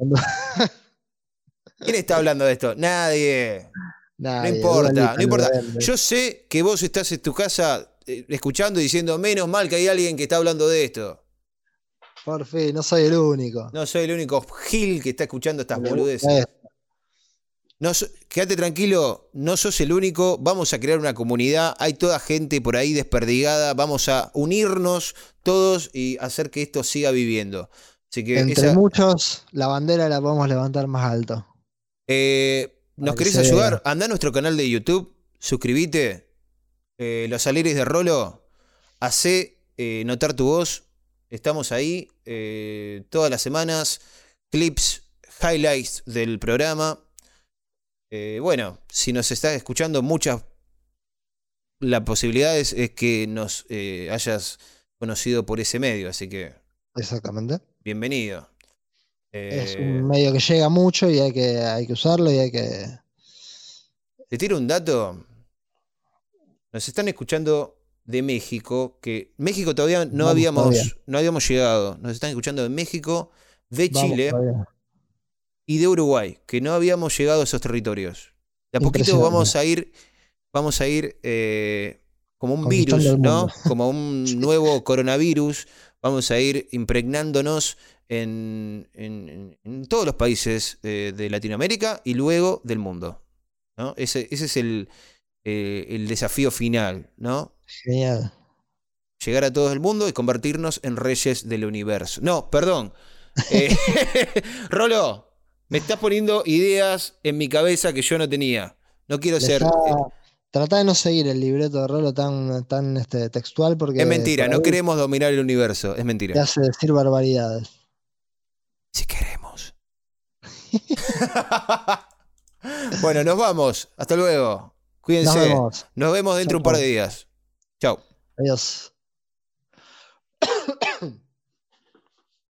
¿Quién está hablando de esto? Nadie. No Nadie, importa, Dua Lipa no importa. lo vende. Yo sé que vos estás en tu casa eh, escuchando y diciendo, menos mal que hay alguien que está hablando de esto. Por fin, no soy el único. No soy el único gil que está escuchando estas Me boludeces. gusta esto. No, so- quédate tranquilo, no sos el único, vamos a crear una comunidad, hay toda gente por ahí desperdigada, vamos a unirnos todos y hacer que esto siga viviendo. Así que Entre esa- muchos, la bandera la podemos levantar más alto. eh, ¿nos Para que querés se ayudar? vea. Andá a nuestro canal de YouTube, suscribite, eh, Los Aleres de Rolo, hacé eh, notar tu voz, estamos ahí eh, todas las semanas, clips, highlights del programa. Eh, bueno, si nos estás escuchando, muchas la posibilidad es, es que nos eh, hayas conocido por ese medio, así que Exactamente. bienvenido. Es Eh, un medio que llega mucho y hay que, hay que usarlo y hay que. te tiro un dato. Nos están escuchando de México, que México todavía no Vamos habíamos, todavía. no habíamos llegado. Nos están escuchando de México, de Vamos Chile todavía. y de Uruguay, que no habíamos llegado a esos territorios. De a poquito Impresionante. vamos a ir, vamos a ir eh, como un Conquistando virus, el ¿no? mundo. Como un nuevo coronavirus. Vamos a ir impregnándonos en, en- en todos los países eh, de Latinoamérica y luego del mundo, ¿no? Ese, ese es el, eh, el desafío final, ¿no? Genial. Llegar a todo el mundo y convertirnos en reyes del universo. No, perdón. Eh, Rolo, me estás poniendo ideas en mi cabeza que yo no tenía. No quiero ser... Dejá- Tratá de no seguir el libreto de Rolo tan, tan este, textual porque Es mentira, por no ahí queremos dominar el universo. Es te mentira. hace decir barbaridades. Si queremos. Bueno, nos vamos. Hasta luego. Cuídense. Nos vemos. Nos vemos dentro de un par de días. Chao. Adiós.